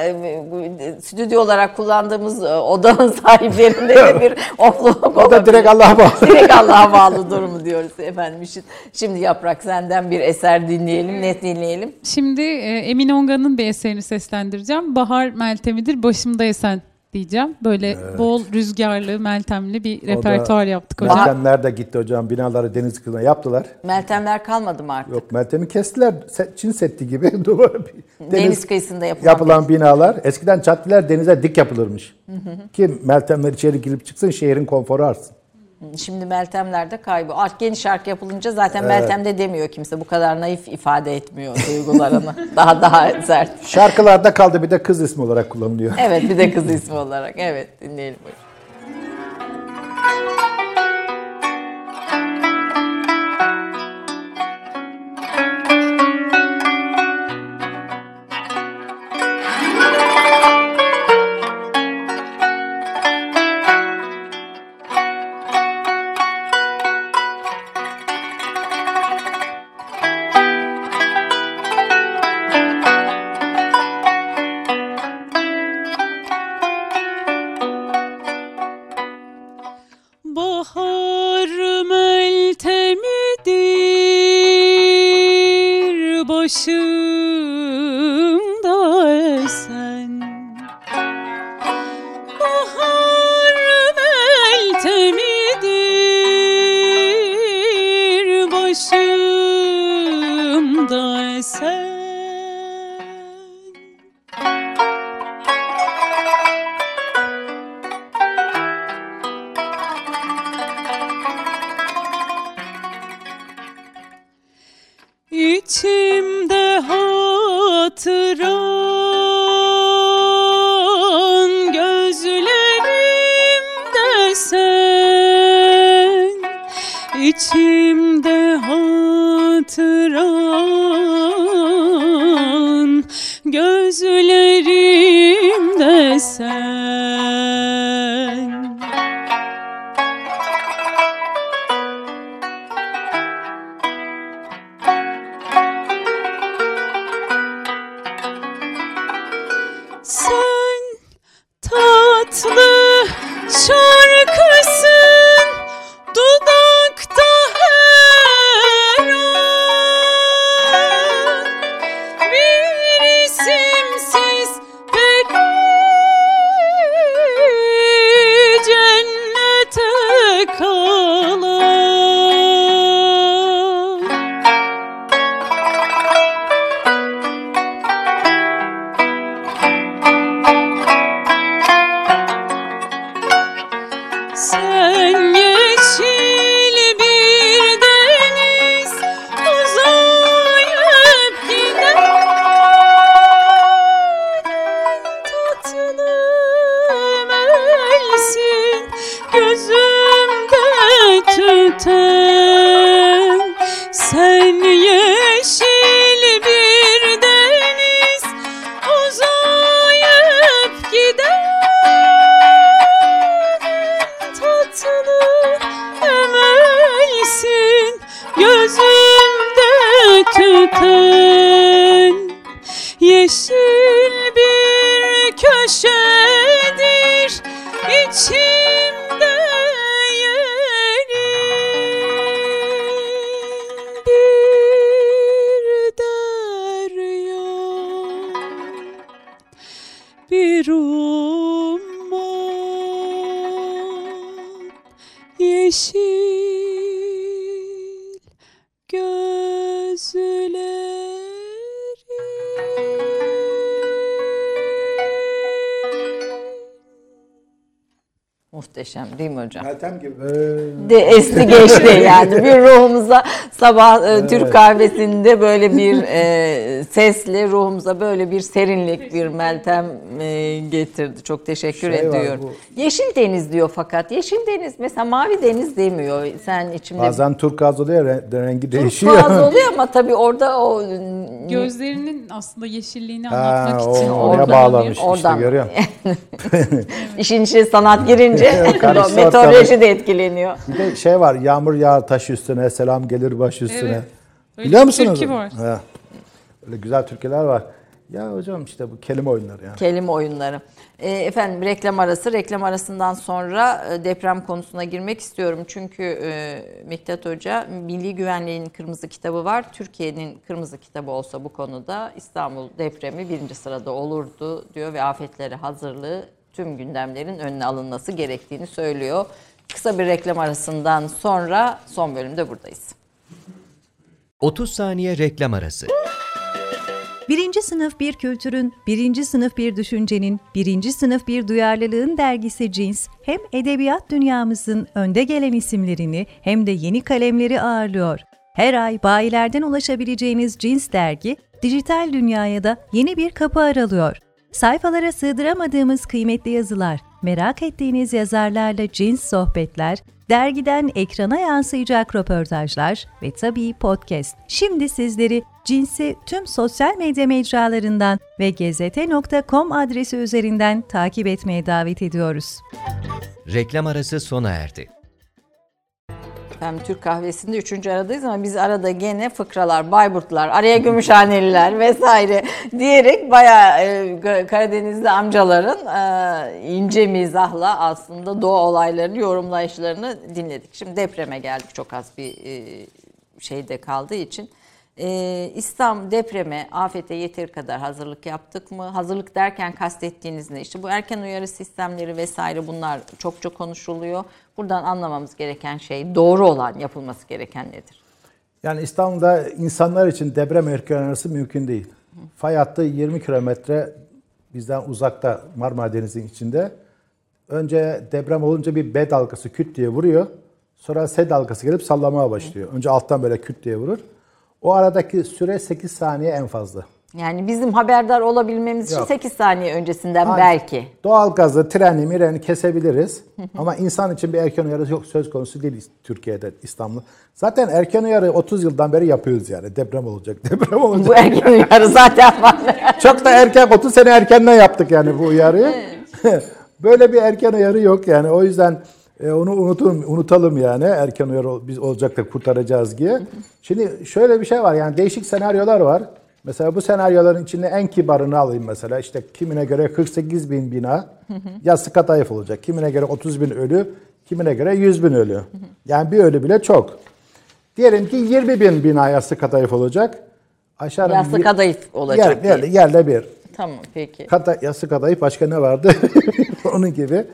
stüdyo olarak kullandığımız odanın sahiplerinde de bir ofluluk o da direkt Allah'a bağlı. Direkt Allah'a bağlı durumu diyoruz efendim. Şimdi Yaprak senden bir eser dinleyelim, net dinleyelim. Şimdi Emin Onga'nın bir eserini seslendireceğim. Bahar Meltemidir başımda esen diyeceğim. Böyle bol rüzgarlı, meltemli bir repertuar yaptık hocam. Meltemler de gitti hocam. Binaları deniz kıyısına yaptılar. Meltemler kalmadı mı artık? Yok Meltem'i kestiler. Çin Seddi gibi Deniz kıyısında yapılan binalar. Eskiden caddeler denize dik yapılırmış. Ki Meltemler içeri girip çıksın şehrin konforu artsın. Şimdi Meltemler'de kaybı. Artık yeni şarkı yapılınca zaten Meltem'de demiyor kimse. Bu kadar naif ifade etmiyor duygularını. daha sert. Şarkılarda kaldı, bir de kız ismi olarak kullanılıyor. Evet, bir de kız ismi olarak. Evet, dinleyelim. Bahar meltemidir başımda esen. Bahar meltemidir başımda esen. İçimde hatıran, gözlerimde sen. İçimde hatıran, gözlerimde sen. Sen tatlı şarkısın dudakta her an. Bir isimsiz peri cennete kalan. Sen yeşil bir deniz uzayıp giden tatlı emelsin gözümde tüten. Sen yeşil bir deniz uzayıp giden tatlı emelsin gözümde tüten. Yeşil bir köşedir içimde yerin, bir derya, bir umman, yeşil Muhteşem değil mi hocam? Meltem gibi. De esti geçti yani. Bir ruhumuza sabah Türk kahvesinde böyle bir sesle ruhumuza böyle bir serinlik, bir Meltem getirdi. Çok teşekkür ediyorum. Yeşil deniz diyor fakat yeşil deniz mesela mavi deniz demiyor. Sen içimde Bazen turkuaz oluyor, rengi değişiyor. turkuaz oluyor ama tabii orada o Gözlerinin aslında yeşilliğini anlatmak için oraya bağlamış işte, görüyor musun? İşin içine sanat girince meteoroloji de etkileniyor. Bir de şey var, yağmur yağar taş üstüne, selam gelir baş üstüne. Evet. Öyle Biliyor bir musunuz? türkü var. He. Öyle güzel türküler var. Ya hocam işte bu kelime oyunları yani. Kelime oyunları. Efendim reklam arası. Reklam arasından sonra deprem konusuna girmek istiyorum. Çünkü Miktat Hoca Milli Güvenliğin Kırmızı Kitabı var. Türkiye'nin Kırmızı Kitabı olsa bu konuda İstanbul depremi 1. sırada olurdu diyor ve afetlere hazırlığı tüm gündemlerin önüne alınması gerektiğini söylüyor. Kısa bir reklam arasından sonra son bölümde buradayız. 30 saniye reklam arası. Birinci sınıf bir kültürün, birinci sınıf bir düşüncenin, birinci sınıf bir duyarlılığın dergisi Cins, hem edebiyat dünyamızın önde gelen isimlerini hem de yeni kalemleri ağırlıyor. Her ay bayilerden ulaşabileceğiniz Cins dergi, dijital dünyaya da yeni bir kapı aralıyor. Sayfalara sığdıramadığımız kıymetli yazılar, merak ettiğiniz yazarlarla cins sohbetler, dergiden ekrana yansıyacak röportajlar ve tabii podcast. Şimdi sizleri Cins'i tüm sosyal medya mecralarından ve gezete.com adresi üzerinden takip etmeye davet ediyoruz. Reklam arası sona erdi. Efendim Türk kahvesinde 3. aradayız ama biz arada gene fıkralar, Bayburtlar, araya Gümüşhaneliler vesaire diyerek bayağı Karadenizli amcaların ince mizahla aslında doğa olaylarını, yorumlayışlarını dinledik. Şimdi depreme geldik, çok az bir şeyde kaldığı için. İstanbul depreme, afete yeteri kadar hazırlık yaptık mı? Hazırlık derken kastettiğiniz ne? İşte bu erken uyarı sistemleri vesaire, bunlar çokça konuşuluyor. Buradan anlamamız gereken şey, doğru olan, yapılması gereken nedir? Yani İstanbul'da insanlar için deprem erken uyarısı mümkün değil. Fay hattı 20 kilometre bizden uzakta, Marmara Denizi'nin içinde. Önce deprem olunca bir B dalgası küt diye vuruyor. Sonra S dalgası gelip sallamaya başlıyor. Önce alttan böyle küt diye vurur. O aradaki süre 8 saniye en fazla. Yani bizim haberdar olabilmemiz için Yok. 8 saniye öncesinden Aynen. belki. Doğalgazı, treni, mireni kesebiliriz. Ama insan için bir erken uyarı yok, söz konusu değil Türkiye'de, İstanbul'da. Zaten erken uyarı 30 yıldan beri yapıyoruz yani. Deprem olacak, deprem olacak. Bu erken uyarı zaten var. Çok da erken, 30 sene erkenden yaptık yani bu uyarıyı. Böyle bir erken uyarı yok yani. O yüzden onu unutalım yani. Erken uyarı biz olacak da kurtaracağız diye. Şimdi şöyle bir şey var yani, değişik senaryolar var. Mesela bu senaryoların içinde en kibarını alayım mesela. İşte kimine göre 48 bin bina yassı kadayıf olacak. Kimine göre 30 bin ölü, kimine göre 100 bin ölü. Yani bir ölü bile çok. Diyelim ki 20 bin bina yassı kadayıf olacak. Aşağı Yassı kadayıf olacak. Yerle bir. Tamam, peki. Yassı kadayıf, başka ne vardı? Onun gibi.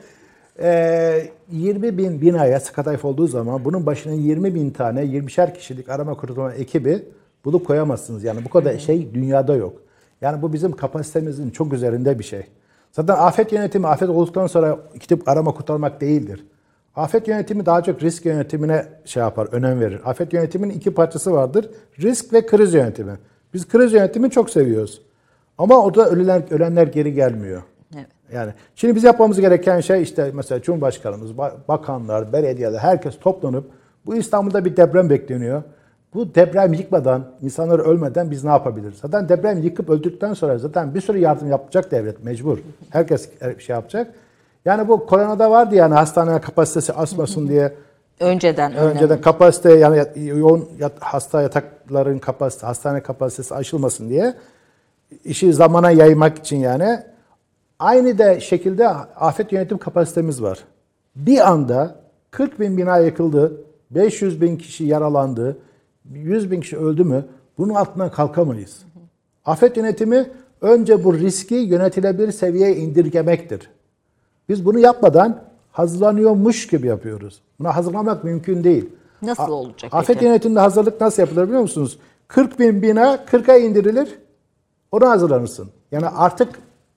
20 bin bina yassı kadayıf olduğu zaman bunun başına 20 bin tane 20'şer kişilik arama kurtarma ekibi bulup koyamazsınız. Yani bu kadar şey dünyada yok. Yani bu bizim kapasitemizin çok üzerinde bir şey. Zaten afet yönetimi, afet olduktan sonra gidip arama kurtarmak değildir. Afet yönetimi daha çok risk yönetimine önem verir. Afet yönetiminin iki parçası vardır. Risk ve kriz yönetimi. Biz kriz yönetimi çok seviyoruz. Ama orada ölenler geri gelmiyor. Evet. Yani şimdi biz yapmamız gereken şey, işte mesela Cumhurbaşkanımız, bakanlar, belediyeler, herkes toplanıp, bu İstanbul'da bir deprem bekleniyor. Bu deprem yıkmadan, insanlar ölmeden biz ne yapabiliriz? Zaten deprem yıkıp öldükten sonra zaten bir sürü yardım yapacak devlet, mecbur. Herkes şey yapacak. Yani bu koronada vardı yani, hastane kapasitesi asmasın diye. Önceden kapasite, yani yoğun hasta yatakların kapasitesi, hastane kapasitesi aşılmasın diye. İşi zamana yaymak için yani. Aynı da şekilde afet yönetim kapasitemiz var. Bir anda 40 bin bina yıkıldı, 500 bin kişi yaralandı, 100 bin kişi öldü mü bunun altından kalkamayız. Afet yönetimi önce bu riski yönetilebilir seviyeye indirgemektir. Biz bunu yapmadan hazırlanıyormuş gibi yapıyoruz. Buna hazırlamak mümkün değil. Nasıl olacak Afet peki? yönetiminde hazırlık nasıl yapılır biliyor musunuz? 40 bin bina 40'a indirilir, ona hazırlanırsın. Yani artık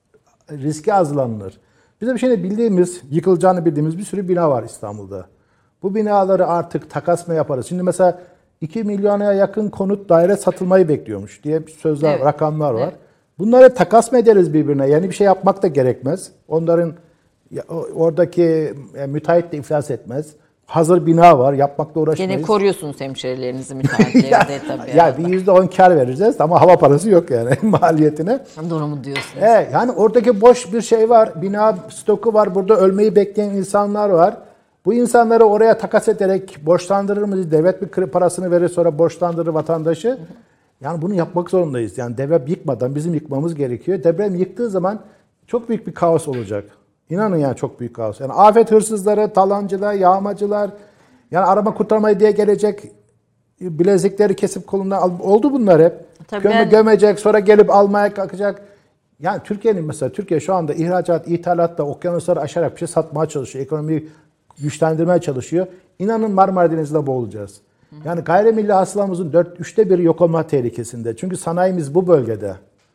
riske hazırlanılır. Bizim şimdi bildiğimiz, yıkılacağını bildiğimiz bir sürü bina var İstanbul'da. Bu binaları artık takas mı yaparız? Şimdi mesela 2 milyona yakın konut daire satılmayı bekliyormuş diye sözler, evet, rakamlar var. Evet. Bunları takas mı ederiz birbirine? Yani bir şey yapmak da gerekmez. Onların oradaki müteahhit de iflas etmez. Hazır bina var, yapmakla uğraşmayız. Gene koruyorsunuz hemşerilerinizi, müteahhitleri de tabii. Ya bir %10 kar vereceğiz ama hava parası yok yani maliyetine. Durumu diyorsunuz. Yani oradaki boş bir şey var, bina stoku var, burada ölmeyi bekleyen insanlar var. Bu insanları oraya takas ederek borçlandırır mıyız? Devlet bir parasını verir, sonra borçlandırır vatandaşı. Yani bunu yapmak zorundayız. Yani deprem yıkmadan bizim yıkmamız gerekiyor. Deprem yıktığı zaman çok büyük bir kaos olacak. İnanın yani, çok büyük kaos. Yani afet hırsızları, talancılar, yağmacılar, yani arama kurtarmayı diye gelecek, bilezikleri kesip kolundan oldu bunlar hep. Gömecek, sonra gelip almaya kalkacak. Yani Türkiye şu anda ihracat, ithalatta okyanusları aşarak bir şey satmaya çalışıyor. Ekonomiyi güçlendirmeye çalışıyor. İnanın Marmara Denizi'nde boğulacağız. Yani gayrimilli hasılamızın 3'te 1'i yok olma tehlikesinde. Çünkü sanayimiz bu bölgede.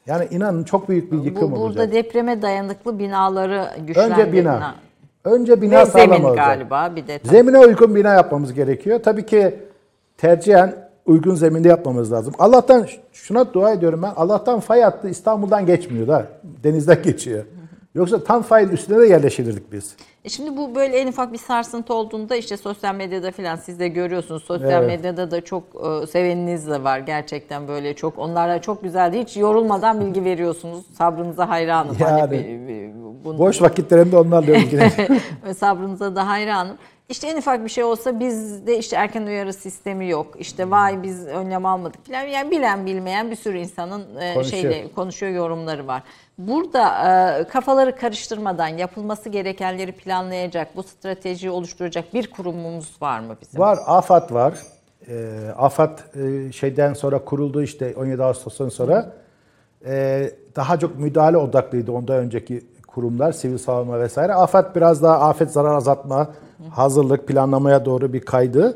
Yani inanın çok büyük bir yıkım Burada olacak. depreme dayanıklı binaları güçlendirme. Önce bina Ve sağlam zemin olacak. galiba bir de. Zemine uygun bina yapmamız gerekiyor. Tabii ki tercihen uygun zeminde yapmamız lazım. Allah'tan şuna dua ediyorum ben. Allah'tan fay hattı İstanbul'dan geçmiyor da. Denizden geçiyor. Yoksa tam fayın üstüne de yerleşirdik biz. Şimdi bu böyle en ufak bir sarsıntı olduğunda işte sosyal medyada falan siz de görüyorsunuz. Sosyal Evet. medyada da çok seveniniz de var gerçekten böyle çok. Onlarla çok güzel hiç yorulmadan bilgi veriyorsunuz. Sabrınıza hayranım. Yani, Hani bunu, boş vakitlerimde onlarla ilgileniyorum. sabrınıza da hayranım. İşte en ufak bir şey olsa bizde işte erken uyarı sistemi yok. İşte vay biz önlem almadık falan. Yani bilen bilmeyen bir sürü insanın konuşuyor yorumları var. Burada kafaları karıştırmadan yapılması gerekenleri planlayacak, bu stratejiyi oluşturacak bir kurumumuz var mı bizim? Var, AFAD var. AFAD şeyden sonra kuruldu işte 17 Ağustos'tan sonra. Daha çok müdahale odaklıydı ondan önceki kurumlar, sivil savunma vesaire. AFAD biraz daha afet zarar azaltma, hazırlık, planlamaya doğru bir kaydı.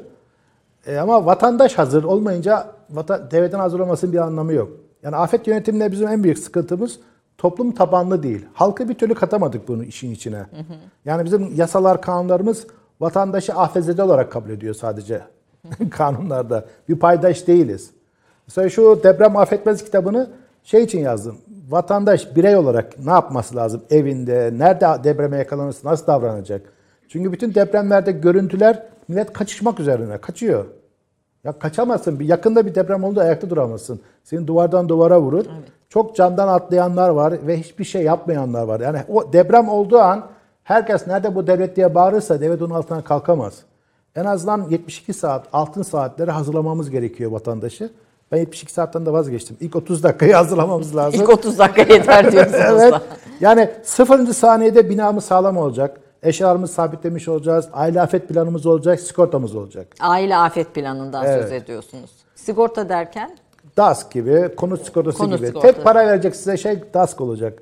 Ama vatandaş hazır olmayınca devletin hazır olmasının bir anlamı yok. Yani afet yönetiminde bizim en büyük sıkıntımız toplum tabanlı değil. Halkı bir türlü katamadık bunu işin içine. Yani bizim yasalar, kanunlarımız vatandaşı afetzede olarak kabul ediyor sadece kanunlarda. Bir paydaş değiliz. Mesela şu deprem affetmez kitabını şey için yazdım. Vatandaş birey olarak ne yapması lazım? Evinde, nerede depreme yakalanırsa nasıl davranacak? Çünkü bütün depremlerde görüntüler millet kaçışmak üzerine. Kaçıyor. Ya kaçamazsın. Yakında bir deprem oldu ayakta duramazsın. Seni duvardan duvara vurur. Evet. Çok camdan atlayanlar var ve hiçbir şey yapmayanlar var. Yani o deprem olduğu an herkes nerede bu devlet diye bağırırsa devlet onun altından kalkamaz. En azından 72 saat, altın saatleri hazırlamamız gerekiyor vatandaşı. Ben 72 saatten de vazgeçtim. İlk 30 dakikayı hazırlamamız lazım. İlk 30 dakika yeter diyorsunuz evet. da. Yani 0. saniyede binamız sağlam olacak. Eşyalarımızı sabitlemiş olacağız. Aile afet planımız olacak. Sigortamız olacak. Aile afet planından söz ediyorsunuz. Sigorta derken? DASK gibi, konut sigortası gibi. Sigorta. Tek para verecek size şey DASK olacak.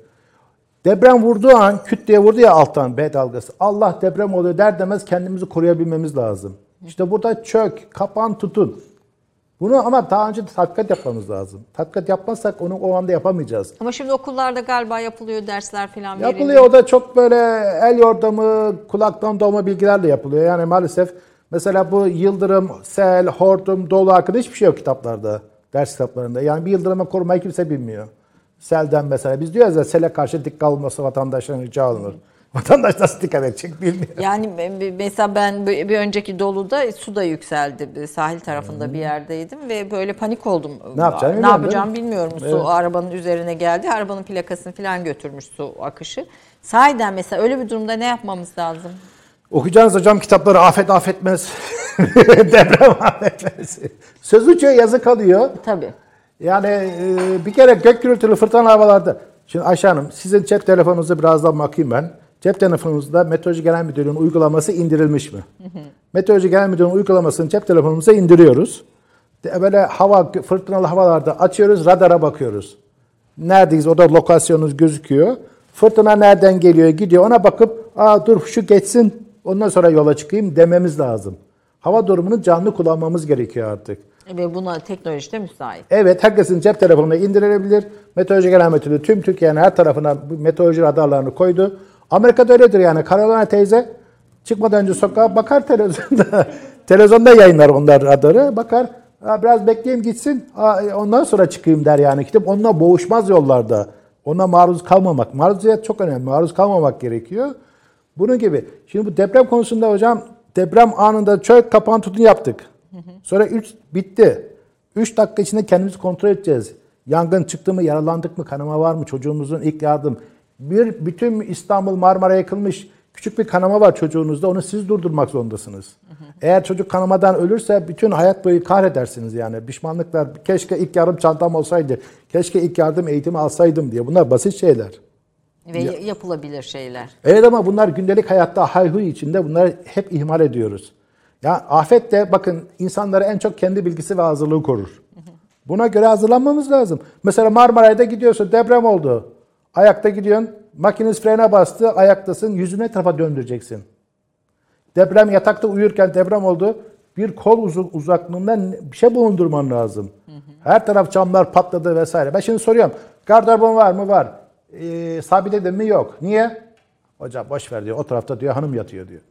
Deprem vurduğu an küt diye vurdu ya alttan B dalgası. Allah deprem oluyor der demez kendimizi koruyabilmemiz lazım. İşte burada çök, kapan, tutun. Bunu ama daha önce tatbikat yapmamız lazım. Tatbikat yapmazsak onu o anda yapamayacağız. Ama şimdi okullarda galiba yapılıyor dersler falan veriliyor. Yapılıyor, o da çok böyle el yordamı, kulaktan dolma bilgilerle yapılıyor. Yani maalesef mesela bu yıldırım, sel, hortum, dolu hakkında hiçbir şey yok kitaplarda, ders kitaplarında. Yani bir yıldırıma korumayı kimse bilmiyor. Selden mesela biz diyoruz ya sele karşı dikkat alınması vatandaşların rica alınır. Vatandaş nasıl dikkat edecek bilmiyor. Yani mesela ben bir önceki doluda su da yükseldi. Sahil tarafında bir yerdeydim ve böyle panik oldum. Ne yapacağımı bilmiyorum. Su arabanın üzerine geldi. Arabanın plakasını falan götürmüş su akışı. Sahiden mesela öyle bir durumda ne yapmamız lazım? Okuyacağınız hocam kitapları afet affetmez. Deprem affetmez. Söz uçuyor, yazı kalıyor. Tabii. Yani bir kere gök gürültülü fırtına havalarda. Şimdi Ayşe Hanım sizin cep telefonunuzu birazdan bakayım ben. Cep telefonunuzda Meteoroloji Genel Müdürlüğü'nün uygulaması indirilmiş mi? Meteoroloji Genel Müdürlüğü'nün uygulamasını cep telefonumuza indiriyoruz. Böyle fırtınalı havalarda açıyoruz, radara bakıyoruz. Neredeyiz? O da lokasyonunuz gözüküyor. Fırtına nereden geliyor, gidiyor. Ona bakıp, dur şu geçsin, ondan sonra yola çıkayım dememiz lazım. Hava durumunu canlı kullanmamız gerekiyor artık. Ve buna teknoloji de müsait. Evet, herkesin cep telefonuna indirilebilir. Meteoroloji Genel Müdürlüğü tüm Türkiye'nin her tarafına meteoroloji radarlarını koydu. Amerika'da öyledir yani. Caroline teyze çıkmadan önce sokağa bakar televizyonda. Televizyonda yayınlar onlar radarı. Bakar, biraz bekleyeyim gitsin, ondan sonra çıkayım der yani. Gidip onunla boğuşmaz yollarda. Ona maruz kalmamak. Maruziyet çok önemli. Maruz kalmamak gerekiyor. Bunun gibi. Şimdi bu deprem konusunda hocam, deprem anında çök, kapan, tutun yaptık. Sonra bitti. 3 dakika içinde kendimizi kontrol edeceğiz. Yangın çıktı mı, yaralandık mı, kanama var mı, çocuğumuzun ilk yardım. Bütün İstanbul, Marmara yakılmış, küçük bir kanama var çocuğunuzda, onu siz durdurmak zorundasınız. Eğer çocuk kanamadan ölürse bütün hayat boyu kahredersiniz yani. Pişmanlıklar, keşke ilk yardım çantam olsaydı, keşke ilk yardım eğitimi alsaydım diye. Bunlar basit şeyler. Ve yapılabilir şeyler. Evet ama bunlar gündelik hayatta hayhuy içinde, bunları hep ihmal ediyoruz. Ya afet de bakın insanları en çok kendi bilgisi ve hazırlığı korur. Buna göre hazırlanmamız lazım. Mesela Marmaray'da gidiyorsun, deprem oldu. Ayakta gidiyorsun, makineniz frene bastı, ayaktasın, yüzüne tarafa döndüreceksin. Deprem yatakta uyurken deprem oldu, bir kol uzaklığından bir şey bulundurman lazım. Her taraf camlar patladı vesaire. Ben şimdi soruyorum, Gardırobun var mı? Var. Sabitledin mi? Yok. Niye? Hocam boş ver diyor. O tarafta diyor hanım yatıyor diyor.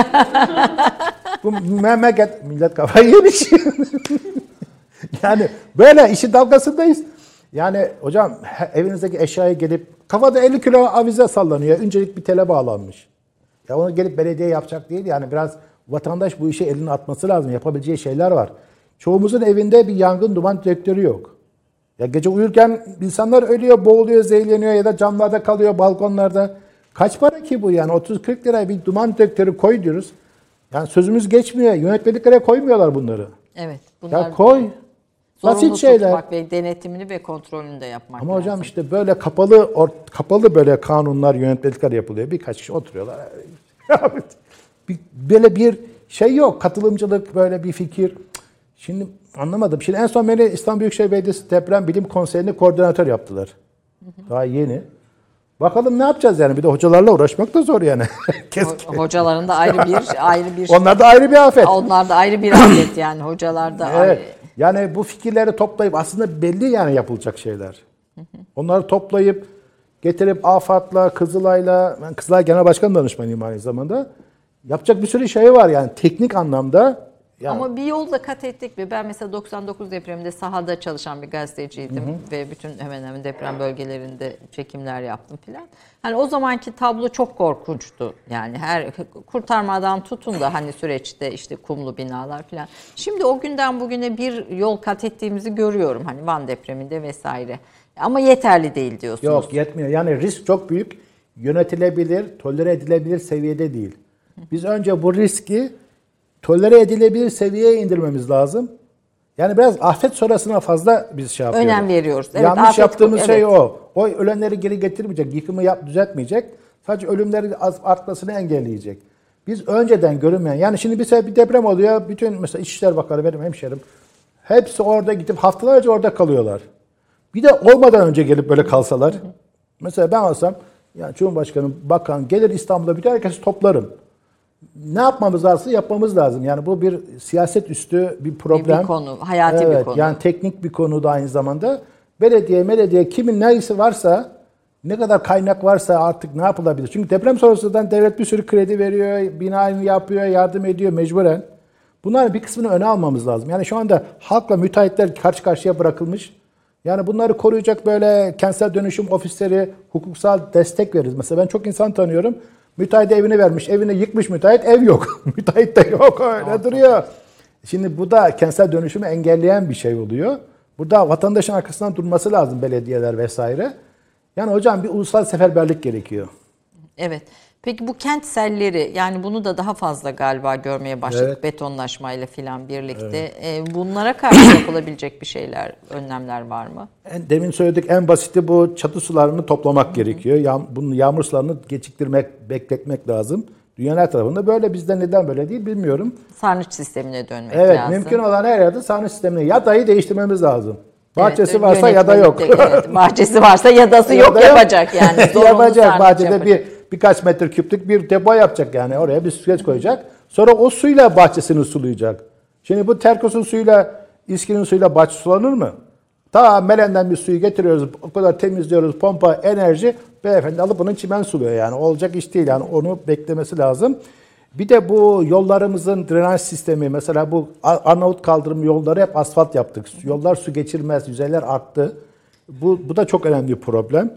Bu memleket millet kafayı yemiş. Yani böyle işin dalgasındayız. Yani hocam evinizdeki eşyaya gelip kafada 50 kilo avize sallanıyor. Öncelik bir tele bağlanmış. Ya onu gelip belediye yapacak değil. Yani biraz vatandaş bu işe elini atması lazım. Yapabileceği şeyler var. Çoğumuzun evinde bir yangın duman detektörü yok. Ya gece uyurken insanlar ölüyor, boğuluyor, zehirleniyor ya da camlarda kalıyor, balkonlarda. Kaç para ki bu yani? 30-40 liraya bir duman detektörü koy diyoruz. Yani sözümüz geçmiyor. Yönetmeliklere koymuyorlar bunları. Evet. Bunlar Ya koy. zorunlu Basit şeyler. tutmak ve denetimini ve kontrolünü de yapmak Ama lazım. hocam işte böyle kapalı böyle kanunlar, yönetmelikler yapılıyor. Birkaç kişi oturuyorlar. Böyle bir şey yok. Katılımcılık, böyle bir fikir. Şimdi anlamadım. Şimdi en son beni İstanbul Büyükşehir Belediyesi Deprem Bilim Konseyi'nde koordinatör yaptılar. Daha yeni. Bakalım ne yapacağız yani? Bir de hocalarla uğraşmak da zor yani. Hocaların da ayrı bir Onlar da ayrı bir afet. Onlar da ayrı bir afet yani hocalar da ayrı. Evet. Yani bu fikirleri toplayıp aslında belli yani yapılacak şeyler. Onları toplayıp getirip AFAD'la, Kızılay'la, ben Kızılay Genel Başkan Danışmanıyım aynı zamanda. Yapacak bir sürü şey var yani teknik anlamda. Yani. Ama bir yol da kat ettik mi? Ben mesela 99 depreminde sahada çalışan bir gazeteciydim ve bütün hemen hemen deprem bölgelerinde çekimler yaptım filan. Hani o zamanki tablo çok korkunçtu. Yani her kurtarmadan tutun da hani süreçte işte kumlu binalar filan. Şimdi o günden bugüne bir yol kat ettiğimizi görüyorum. Hani Van depreminde vesaire. Ama yeterli değil diyorsunuz. Yok yetmiyor. Yani risk çok büyük. Yönetilebilir, tolere edilebilir seviyede değil. Biz önce bu riski tolere edilebilir seviyeye indirmemiz lazım. Yani biraz afet sonrasına fazla biz şey yapıyoruz. Önem veriyoruz. Evet, yanlış yaptığımız şey evet. o. O ölenleri geri getirmeyecek, yıkımı düzeltmeyecek. Sadece ölümlerin artmasını engelleyecek. Biz önceden görünmeyen, yani şimdi bir deprem oluyor, bütün mesela İçişleri Bakanı benim hemşerim, hepsi orada gidip haftalarca orada kalıyorlar. Bir de olmadan önce gelip böyle kalsalar, mesela ben olsam, yani Cumhurbaşkanı, bakan gelir İstanbul'da bütün herkesi toplarım. Ne yapmamız lazım? Yapmamız lazım. Yani bu bir siyaset üstü bir problem. Bir konu, hayati bir konu. Yani teknik bir konu da aynı zamanda. Belediye kimin neyisi varsa, ne kadar kaynak varsa artık ne yapılabilir? Çünkü deprem sonrasından devlet bir sürü kredi veriyor, binayı yapıyor, yardım ediyor mecburen. Bunların bir kısmını öne almamız lazım. Yani şu anda halkla müteahhitler karşı karşıya bırakılmış. Yani bunları koruyacak böyle kentsel dönüşüm ofisleri, hukuksal destek veririz. Mesela ben çok insan tanıyorum. Müteahhit evini vermiş, evini yıkmış müteahhit, ev yok. Müteahhit de yok, öyle duruyor. Şimdi bu da kentsel dönüşümü engelleyen bir şey oluyor. Burada vatandaşın arkasından durması lazım belediyeler vesaire. Yani hocam bir ulusal seferberlik gerekiyor. Evet. Peki bu kentselleri yani bunu da daha fazla galiba görmeye başladık Evet. Betonlaşmayla filan birlikte. Evet. Bunlara karşı yapılabilecek bir şeyler, önlemler var mı? Demin söyledik en basiti bu çatı sularını toplamak gerekiyor. Bunun yağmur sularını geciktirmek, bekletmek lazım. Dünyanın her tarafında böyle, bizde neden böyle değil bilmiyorum. Sarnıç sistemine dönmek Evet, lazım. mümkün olan her yerde sarnıç sistemini ya dahi değiştirmemiz lazım. Bahçesi Evet, varsa ya da yok. Evet, bahçesi varsa yadası yok Ya da yapacak yani. Zorunlu yapacak. sarnıç Bahçede yapacak. birkaç metre küplük bir depo yapacak yani. Oraya bir süzgeç koyacak. Sonra o suyla bahçesini sulayacak. Şimdi bu Terkos'un suyuyla, İSKİ'nin suyuyla bahçe sulanır mı? Ta Melen'den bir suyu getiriyoruz. O kadar temizliyoruz. Pompa, enerji. Beyefendi alıp bunun çimen suluyor yani. Olacak iş değil yani. Onu beklemesi lazım. Bir de bu yollarımızın drenaj sistemi, mesela bu Arnavut kaldırım yolları hep asfalt yaptık. Yollar su geçirmez, yüzeyler arttı. Bu da çok önemli bir problem.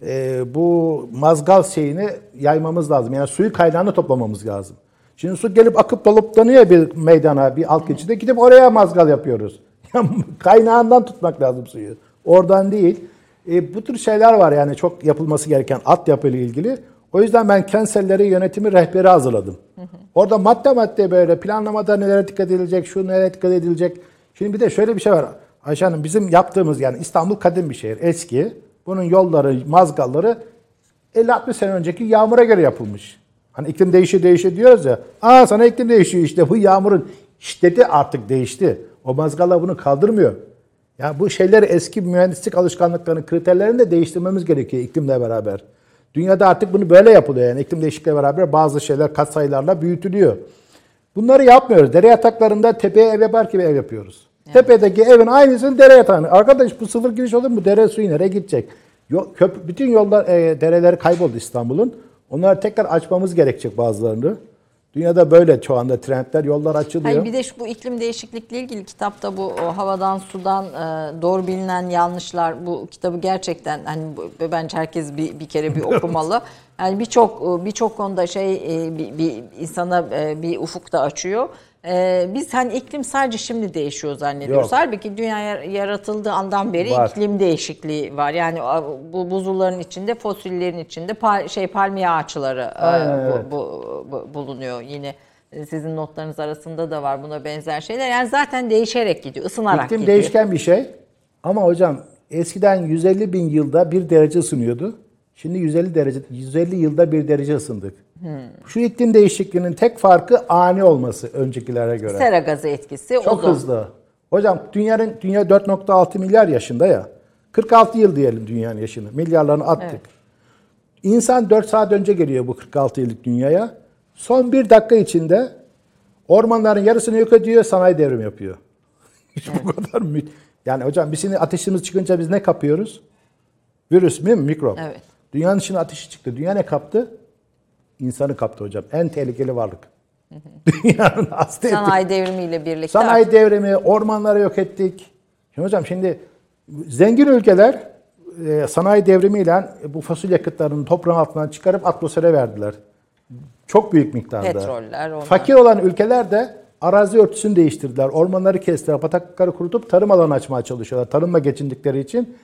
Bu mazgal şeyini yaymamız lazım. Yani suyu kaynağını toplamamız lazım. Şimdi su gelip akıp doluplanıyor bir meydana, bir halk içinde. Gidip oraya mazgal yapıyoruz. Kaynağından tutmak lazım suyu. Oradan değil. Bu tür şeyler var yani çok yapılması gereken altyapıyla ilgili. O yüzden ben kentselleri yönetimi rehberi hazırladım. Orada madde böyle planlamada nelere dikkat edilecek, şu nelere dikkat edilecek. Şimdi bir de şöyle bir şey var. Ayşe Hanım, bizim yaptığımız yani İstanbul kadim bir şehir, eski. Bunun yolları, mazgalları 50-60 sene önceki yağmura göre yapılmış. Hani iklim değişiyor diyoruz ya. Sana iklim değişiyor işte. Bu yağmurun şiddeti artık değişti. O mazgallar bunu kaldırmıyor. Yani bu şeyleri eski mühendislik alışkanlıklarının kriterlerini de değiştirmemiz gerekiyor iklimle beraber. Dünyada artık bunu böyle yapılıyor yani iklim değişikliğiyle beraber bazı şeyler katsayılarla büyütülüyor. Bunları yapmıyoruz. Dere yataklarında tepeye ev yapar gibi ev yapıyoruz. Yani. Tepedeki evin aynısını dere yatağını. Arkadaş bu sıfır giriş olur mu? Dere suyu nereye gidecek? Bütün yollar, dereleri kayboldu İstanbul'un. Onları tekrar açmamız gerekecek bazılarını. Dünyada böyle şu anda trendler, yollar açılıyor. Hayır, bir de bu iklim değişiklikle ilgili kitapta bu havadan sudan doğru bilinen yanlışlar, bu kitabı gerçekten hani bence herkes bir kere bir okumalı. Yani birçok konuda bir insana bir ufuk da açıyor. Biz hani iklim sadece şimdi değişiyor zannediyoruz. Yok. Halbuki dünya yaratıldığı andan beri Var. iklim değişikliği var. Yani bu buzulların içinde, fosillerin içinde palmiye ağaçları bulunuyor. Yine sizin notlarınız arasında da var buna benzer şeyler. Yani zaten değişerek gidiyor, ısınarak İklim gidiyor. değişken bir şey. Ama hocam eskiden 150 bin yılda 1 derece ısınıyordu. Şimdi 150 yılda 1 derece ısındık. Şu iklim değişikliğinin tek farkı ani olması öncekilere göre. Sera gazı etkisi. Çok hızlı. Hocam dünya 4.6 milyar yaşında ya. 46 yıl diyelim dünyanın yaşını. Milyarlarını attık. Evet. İnsan 4 saat önce geliyor bu 46 yıllık dünyaya. Son 1 dakika içinde ormanların yarısını yok ediyor, sanayi devrimi yapıyor. Hiç bu kadar mı? Yani hocam biz şimdi ateşimiz çıkınca biz ne kapıyoruz? Virüs mi? Mikrop. Evet. Dünyanın içine ateşi çıktı. Dünya ne kaptı? İnsanı kaptı hocam. En tehlikeli varlık. Dünyanın hasta ettik. Sanayi devrimiyle birlikte. Sanayi devrimi, ormanları yok ettik. Şimdi hocam zengin ülkeler sanayi devrimiyle bu fosil yakıtlarını toprağın altından çıkarıp atmosfere verdiler. Çok büyük miktarda. Petroller, onlar. Fakir olan ülkeler de arazi örtüsünü değiştirdiler. Ormanları kestiler, bataklıkları kurutup tarım alanı açmaya çalışıyorlar. Tarımla geçindikleri için.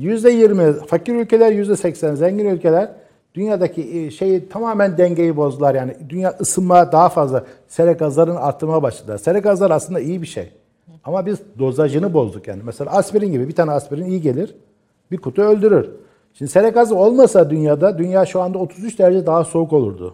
%20 fakir ülkeler, %80 zengin ülkeler dünyadaki tamamen dengeyi bozdular. Yani dünya ısınma daha fazla. Sera gazlarını arttırmaya başladılar. Sera gazları aslında iyi bir şey. Ama biz dozajını bozduk yani. Mesela aspirin gibi bir tane aspirin iyi gelir. Bir kutu öldürür. Şimdi sera gazı olmasa dünya şu anda 33 derece daha soğuk olurdu.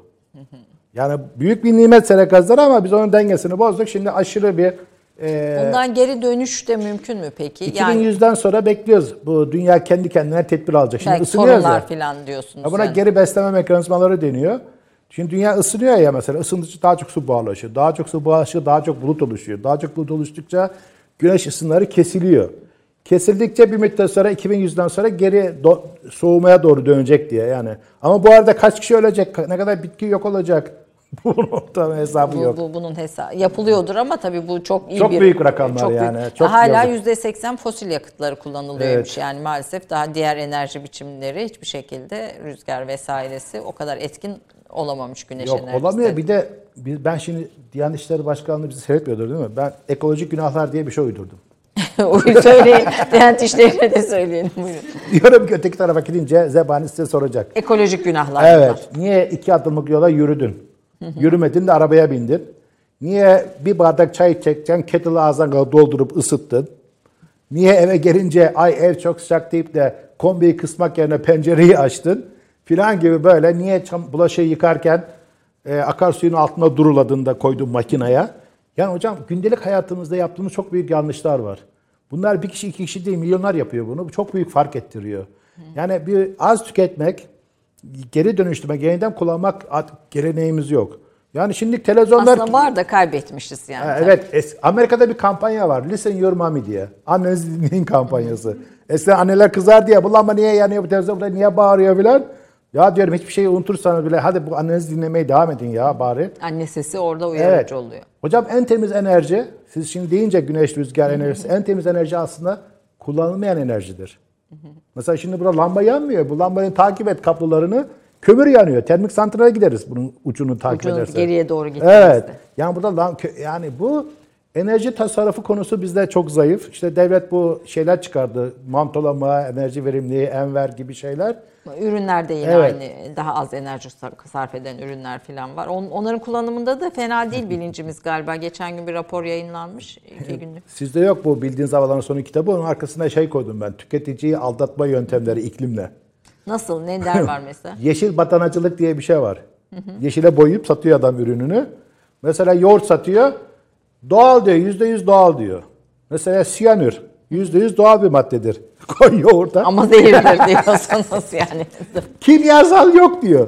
Yani büyük bir nimet sera gazları ama biz onun dengesini bozduk. Şimdi aşırı bir bundan geri dönüş de mümkün mü peki? 2100'den sonra bekliyoruz. Bu dünya kendi kendine tedbir alacak. Şimdi belki ısınıyoruz sorunlar ya. falan diyorsunuz. Buna geri besleme mekanizmaları deniyor. Şimdi dünya ısınıyor ya mesela. Isındıkça daha çok su buharlaşıyor. Daha çok su buharlaşıyor, daha çok bulut oluşuyor. Daha çok bulut oluştukça güneş ısınları kesiliyor. Kesildikçe bir müddet sonra 2100'den sonra geri soğumaya doğru dönecek diye yani. Ama bu arada kaç kişi ölecek? Ne kadar bitki yok olacak? Bunun hesabı yok. Bunun hesabı yapılıyordur ama tabii bu çok büyük rakamlar yani. Çok hala yazık. %80 fosil yakıtları kullanılıyormuş. Yani maalesef daha diğer enerji biçimleri hiçbir şekilde rüzgar vesairesi o kadar etkin olamamış güneş Yok enerjisi. olamıyor. Bir de ben şimdi Diyanet İşleri Başkanlığı bizi seyretmiyordur değil mi? Ben ekolojik günahlar diye bir şey uydurdum. Söyleyin. Diyanet İşleri'ne de söyleyin. Buyurun. Diyorum ki öteki tarafa gidince zebani size soracak. Ekolojik günahlar. Evet. Niye 2 adımlık yola yürüdün? Yürümedin de arabaya bindin. Niye bir bardak çay içecekken kettle'ı ağzına kadar doldurup ısıttın? Niye eve gelince ay ev çok sıcak deyip de kombiyi kısmak yerine pencereyi açtın? Filan gibi böyle niye bulaşığı yıkarken akarsuyun altına duruladın da koydun makineye? Yani hocam gündelik hayatımızda yaptığımız çok büyük yanlışlar var. Bunlar bir kişi iki kişi değil milyonlar yapıyor bunu. Bu çok büyük fark ettiriyor. Yani bir az tüketmek, geri dönüştürme, yeniden kullanmak geleneğimiz yok. Yani şimdi televizyonlar... Aslında var da kaybetmişiz yani. Evet. Amerika'da bir kampanya var. Listen Your Mommy diye. Annenizi dinleyin kampanyası. Eskiden anneler kızar diye. Bu lamba niye yanıyor bu televizyon burada niye bağırıyor bilen. Ya diyorum hiçbir şeyi unutursanız bile hadi bu annenizi dinlemeye devam edin ya bari. Anne sesi orada uyarıcı oluyor. Hocam en temiz enerji, siz şimdi deyince güneş, rüzgar enerjisi, en temiz enerji aslında kullanılmayan enerjidir. Mesela şimdi burada lamba yanmıyor. Bu lambanın takip et kablolarını, kömür yanıyor. Termik santrale gideriz bunun ucunu takip edersek. Geriye doğru gittiğimizde. Evet. Yani burada yani bu enerji tasarrufu konusu bizde çok zayıf. İşte devlet bu şeyler çıkardı. Mantolama, enerji verimliliği, enver gibi şeyler. Ürünlerde yine aynı daha az enerji sarf eden ürünler falan var. Onların kullanımında da fena değil bilincimiz galiba. Geçen gün bir rapor yayınlanmış. 2 günlük. Sizde yok bu bildiğiniz havaların sonu kitabı. Onun arkasına şey koydum ben. Tüketiciyi aldatma yöntemleri iklimle. Nasıl? Neler var mesela? Yeşil badanacılık diye bir şey var. Yeşile boyayıp satıyor adam ürününü. Mesela yoğurt satıyor. Doğal diyor. %100 doğal diyor. Mesela siyanür. %100 doğal bir maddedir. Koy yoğurta. Ama zehirlidir diyorsunuz yani. Kimyasal yok diyor.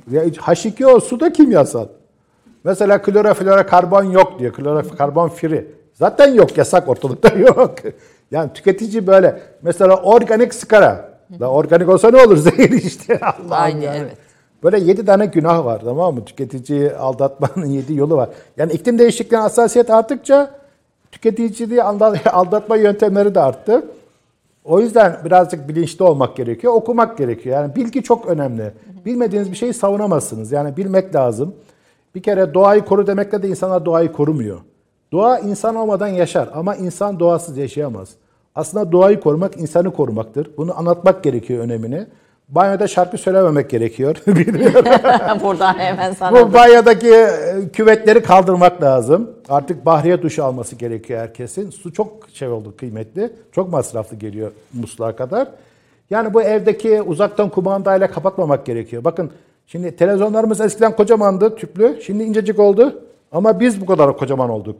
H2O su da kimyasal. Mesela kloroflorokarbon yok diyor. Kloroflorokarbon free. Zaten yok. Yasak ortalıkta yok. Yani tüketici böyle. Mesela organik sigara. La organik olsa ne olur? Zehir işte. Allah'ım Aynı yani. evet. Böyle 7 tane günah var, tamam mı? Tüketiciyi aldatmanın 7 yolu var. Yani iklim değişikliğinin hassasiyet arttıkça tüketiciliği aldatma yöntemleri de arttı. O yüzden birazcık bilinçli olmak gerekiyor, okumak gerekiyor. Yani bilgi çok önemli. Bilmediğiniz bir şeyi savunamazsınız. Yani bilmek lazım. Bir kere doğayı koru demekle de insanlar doğayı korumuyor. Doğa insan olmadan yaşar ama insan doğasız yaşayamaz. Aslında doğayı korumak insanı korumaktır. Bunu anlatmak gerekiyor önemini. Banyoda şarkı söylememek gerekiyor. Buradan hemen sana Bu banyodaki küvetleri kaldırmak lazım. Artık bahriye duşu alması gerekiyor herkesin. Su çok şey oldu, kıymetli. Çok masraflı geliyor musluğa kadar. Yani bu evdeki uzaktan kumandayla kapatmamak gerekiyor. Bakın şimdi televizyonlarımız eskiden kocamandı, tüplü. Şimdi incecik oldu. Ama biz bu kadar kocaman olduk.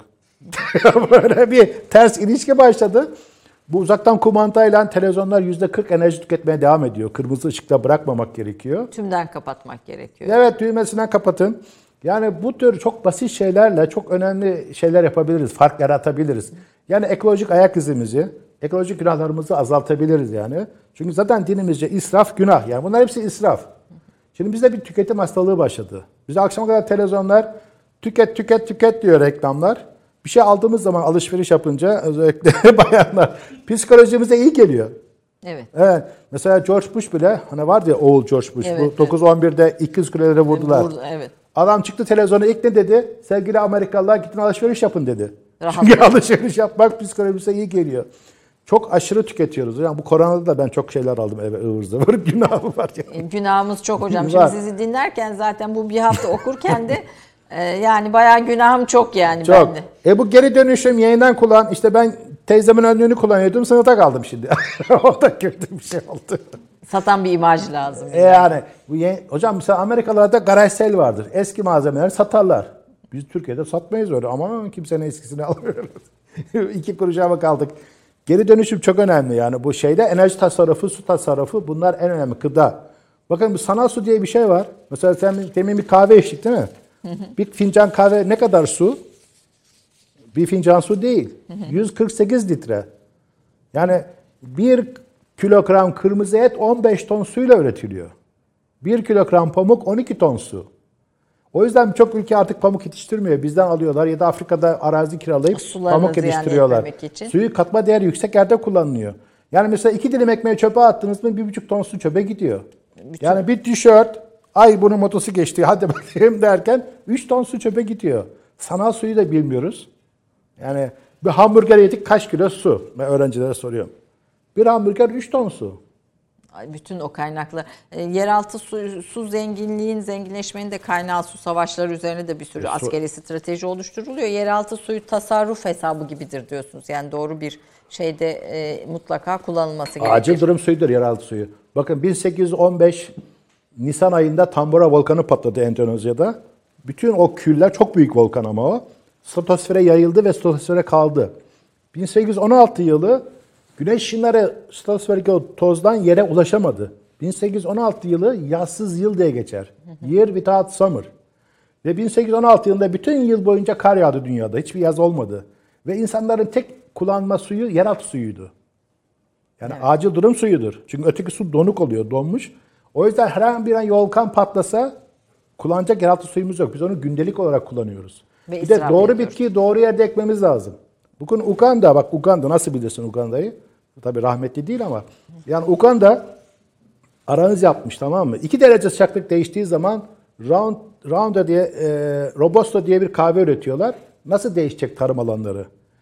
Böyle bir ters ilişki başladı. Bu uzaktan kumandayla televizyonlar %40 enerji tüketmeye devam ediyor. Kırmızı ışıkta bırakmamak gerekiyor. tümden kapatmak gerekiyor. Evet, düğmesinden kapatın. Yani bu tür çok basit şeylerle çok önemli şeyler yapabiliriz. Fark yaratabiliriz. Yani ekolojik ayak izimizi, ekolojik günahlarımızı azaltabiliriz yani. Çünkü zaten dinimizce israf günah. Yani bunlar hepsi israf. Şimdi bizde bir tüketim hastalığı başladı. Bize akşama kadar televizyonlar tüket tüket tüket diyor, reklamlar. Bir şey aldığımız zaman alışveriş yapınca özellikle bayanlar psikolojimize iyi geliyor. Evet. Evet. Mesela George Bush bile, hani vardı ya oğul George Bush, Evet, bu 9-11'de ikiz kulelere vurdular. Evet. Adam çıktı televizyona, ilk ne dedi? Sevgili Amerikalılar, gidin alışveriş yapın dedi. Rahat. Çünkü alışveriş yapmak psikolojimize iyi geliyor. Çok aşırı tüketiyoruz. Yani bu koronada da ben çok şeyler aldım eve, ıvır zıvır. Günahı var yani. Günahımız çok hocam. Var. Şimdi sizi dinlerken zaten bu bir hafta okurken de yani bayağı günahım çok yani Çok. bende. Bu geri dönüşüm, yeniden kullan. İşte ben teyzemin önlüğünü kullanıyordum, sınıfta kaldım şimdi. O da kötü bir şey oldu. Satan bir imaj lazım. Yani bu hocam mesela Amerikalarda garaj sale vardır. Eski malzemeler satarlar. Biz Türkiye'de satmayız öyle. Aman kimsenin eskisini alıyoruz. 2 kuruşa mı kaldık? Geri dönüşüm çok önemli yani. Bu şeyde enerji tasarrufu, su tasarrufu, bunlar en önemli. Gıda. Bakın bu sanal su diye bir şey var. Mesela sen demin bir kahve içtik değil mi? Bir fincan kahve ne kadar su? Bir fincan su değil. 148 litre. Yani 1 kilogram kırmızı et 15 ton suyla üretiliyor. 1 kilogram pamuk 12 ton su. O yüzden birçok ülke artık pamuk yetiştirmiyor. Bizden alıyorlar ya da Afrika'da arazi kiralayıp Sularını pamuk ziyan yetiştiriyorlar. etmemek için. Suyu katma değeri yüksek yerde kullanılıyor. Yani mesela 2 dilim ekmeği çöpe attınız mı 1,5 ton su çöpe gidiyor. Yani bir tişört, ay bunun motosu geçti hadi bakayım derken 3 ton su çöpe gidiyor. Sanal suyu da bilmiyoruz. Yani bir hamburger yedik kaç kilo su? Ben öğrencilere soruyorum. Bir hamburger 3 ton su. Bütün o kaynaklar. Yeraltı su zenginleşmenin de kaynağı su savaşları üzerine de bir sürü askeri strateji oluşturuluyor. Yeraltı suyu tasarruf hesabı gibidir diyorsunuz. Yani doğru bir şeyde mutlaka kullanılması gerekir. Acil durum suyudur yeraltı suyu. Bakın 1815 Nisan ayında Tambora volkanı patladı Endonezya'da. Bütün o küller, çok büyük volkan ama o, stratosfere yayıldı ve stratosfere kaldı. 1816 yılı güneş ışınları stratosferik o tozdan yere ulaşamadı. 1816 yılı yazsız yıl diye geçer. Year without summer. Ve 1816 yılında bütün yıl boyunca kar yağdı dünyada. Hiçbir yaz olmadı. Ve insanların tek kullanma suyu yeraltı suyuydu. Yani acil durum suyudur. Çünkü öteki su donuk oluyor, donmuş. O yüzden herhangi bir an volkan patlasa kullanacak yeraltı suyumuz yok. Biz onu gündelik olarak kullanıyoruz. Ve bir de israf doğru ediyoruz. bitkiyi doğru yerde ekmemiz lazım. Bugün Uganda, bak Uganda nasıl bilirsin Uganda'yı? Tabii rahmetli değil ama. Yani Uganda aranız yapmış, tamam mı? 2 derece sıcaklık değiştiği zaman Roundup diye, Robusto diye bir kahve üretiyorlar. Nasıl değişecek tarım alanları?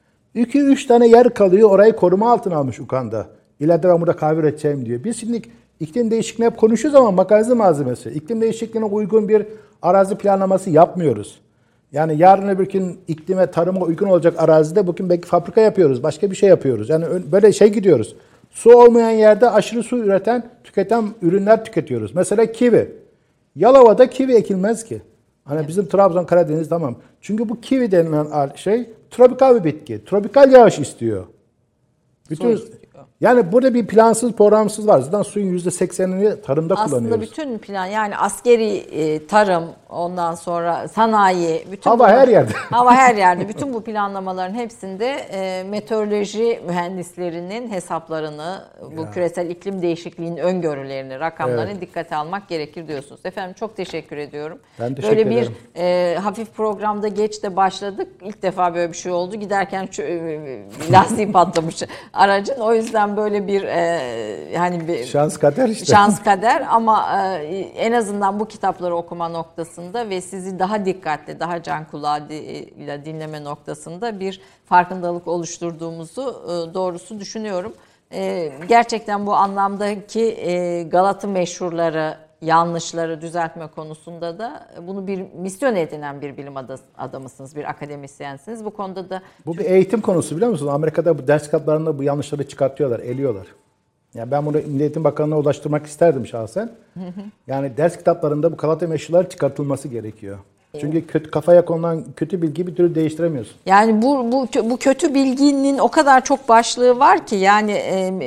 2-3 tane yer kalıyor, orayı koruma altına almış Uganda. İleride ben burada kahve üreteceğim diyor. Biz şimdi iklim değişikliğini hep konuşuyoruz ama magazi malzemesi. İklim değişikliğine uygun bir arazi planlaması yapmıyoruz. Yani yarın öbür gün iklime, tarıma uygun olacak arazide bugün belki fabrika yapıyoruz, başka bir şey yapıyoruz. Yani böyle şey gidiyoruz. Su olmayan yerde aşırı su tüketen ürünler tüketiyoruz. Mesela kivi. Yalova'da kivi ekilmez ki. Hani bizim Trabzon, Karadeniz tamam. Çünkü bu kivi denilen şey tropikal bir bitki. Tropikal yağış istiyor. Bütün Yani burada bir plansız programsız var. Zaten suyun %80'ini tarımda kullanıyoruz. Aslında bütün plan, yani askeri, tarım, ondan sonra sanayi, bütün Hava her yerde. Hava her yerde. Bütün bu planlamaların hepsinde meteoroloji mühendislerinin hesaplarını, bu küresel iklim değişikliğinin öngörülerini, rakamlarını dikkate almak gerekir diyorsunuz. Efendim çok teşekkür ediyorum. Ben teşekkür ederim. Böyle bir hafif programda geç de başladık. İlk defa böyle bir şey oldu. Giderken lastiği patlamış aracın. O yüzden böyle bir hani bir Şans kader işte. Şans kader ama en azından bu kitapları okuma noktasında ve sizi daha dikkatli, daha can kulağıyla dinleme noktasında bir farkındalık oluşturduğumuzu doğrusu düşünüyorum. Gerçekten bu anlamdaki Galata meşhurları, yanlışları düzeltme konusunda da bunu bir misyon edinen bir bilim adamısınız, bir akademisyensiniz. Bu konuda da... Bu bir eğitim konusu, biliyor musunuz? Amerika'da bu ders kitaplarında bu yanlışları çıkartıyorlar, eliyorlar. Yani ben bunu Milli Eğitim Bakanlığı'na ulaştırmak isterdim şahsen. Yani ders kitaplarında bu Galata meşruları çıkartılması gerekiyor. Çünkü kötü kafaya konulan kötü bilgiyi bir türlü değiştiremiyorsun. Yani bu kötü bilginin o kadar çok başlığı var ki, yani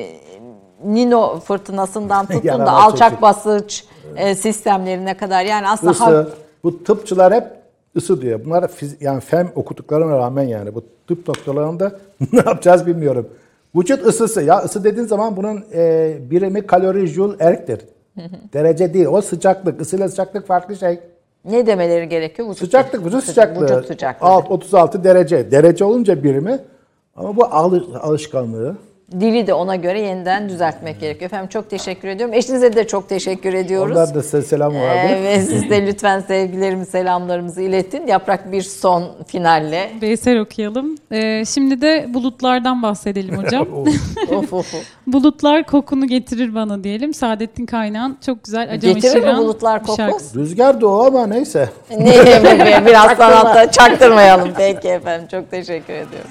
Nino fırtınasından tutun da alçak basınç sistemlerine kadar, yani aslında Isı, bu tıpçılar hep ısı diyor. Bunlar yani fen okuduklarına rağmen, yani bu tıp doktorlarında ne yapacağız bilmiyorum. Vücut ısısı, ya ısı dediğin zaman bunun birimi kalori, joule, erktir. Derece değil. O sıcaklık, ısıyla sıcaklık farklı şey. ne demeleri gerekiyor? Sıcaklık, vücut sıcaklığı. Vücut sıcaklığı. 36 derece. Derece olunca birimi. Ama bu alışkanlığı. Dili de ona göre yeniden düzeltmek gerekiyor. Efendim çok teşekkür ediyorum. Eşinize de çok teşekkür ediyoruz. Ondan da size selam vardı. Ve siz de lütfen sevgilerimizi, selamlarımızı iletin. Yaprak bir son finalle. Bir eser okuyalım. Şimdi de bulutlardan bahsedelim hocam. Of. Bulutlar kokunu getirir bana diyelim. Saadettin Kaynağ'ın çok güzel Acem Getirir mi Eşiran bulutlar koku? şarkısı. Rüzgar da o ama neyse. Biraz sanatta çaktırmayalım. Peki efendim, çok teşekkür ediyorum.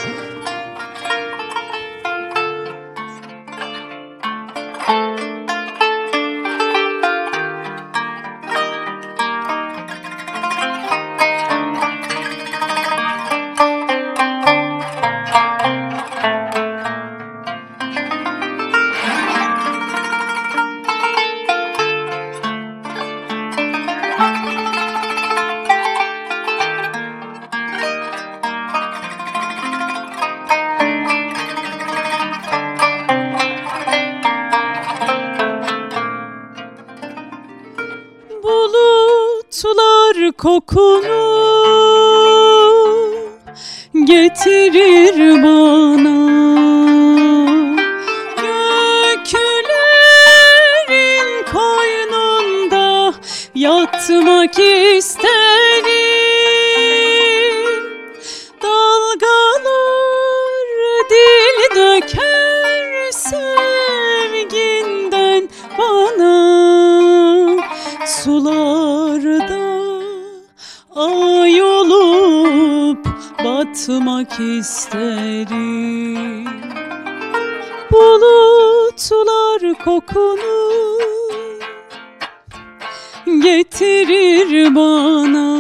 Bulutlar kokunu getirir bana, göklerin koynunda yatmak isterim. Dalgalar dil döker sevginden bana, sularda ay olup batmak isterim. Bulutlar kokunu getirir bana,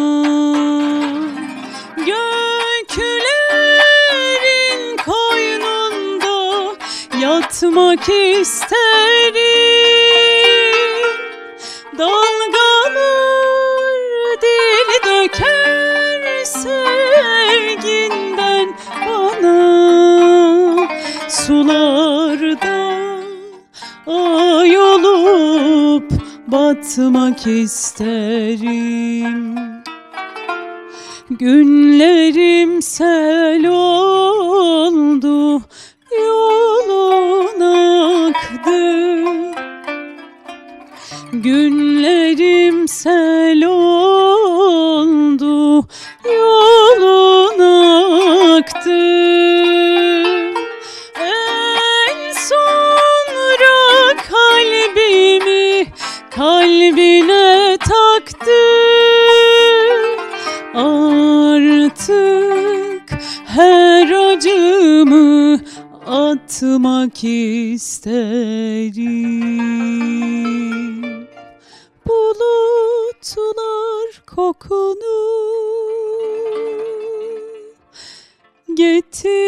göklerin koynunda yatmak isterim. Dalgalar dil döker sevginden bana, sularda ay olup batmak isterim. Günlerim sel oldu, yolun aktı. Günlerim sel oldu, yolun aktı. En sonra kalbimi kalbine taktı. Artık her acımı atmak isterim. Bulutlar kokunu getir.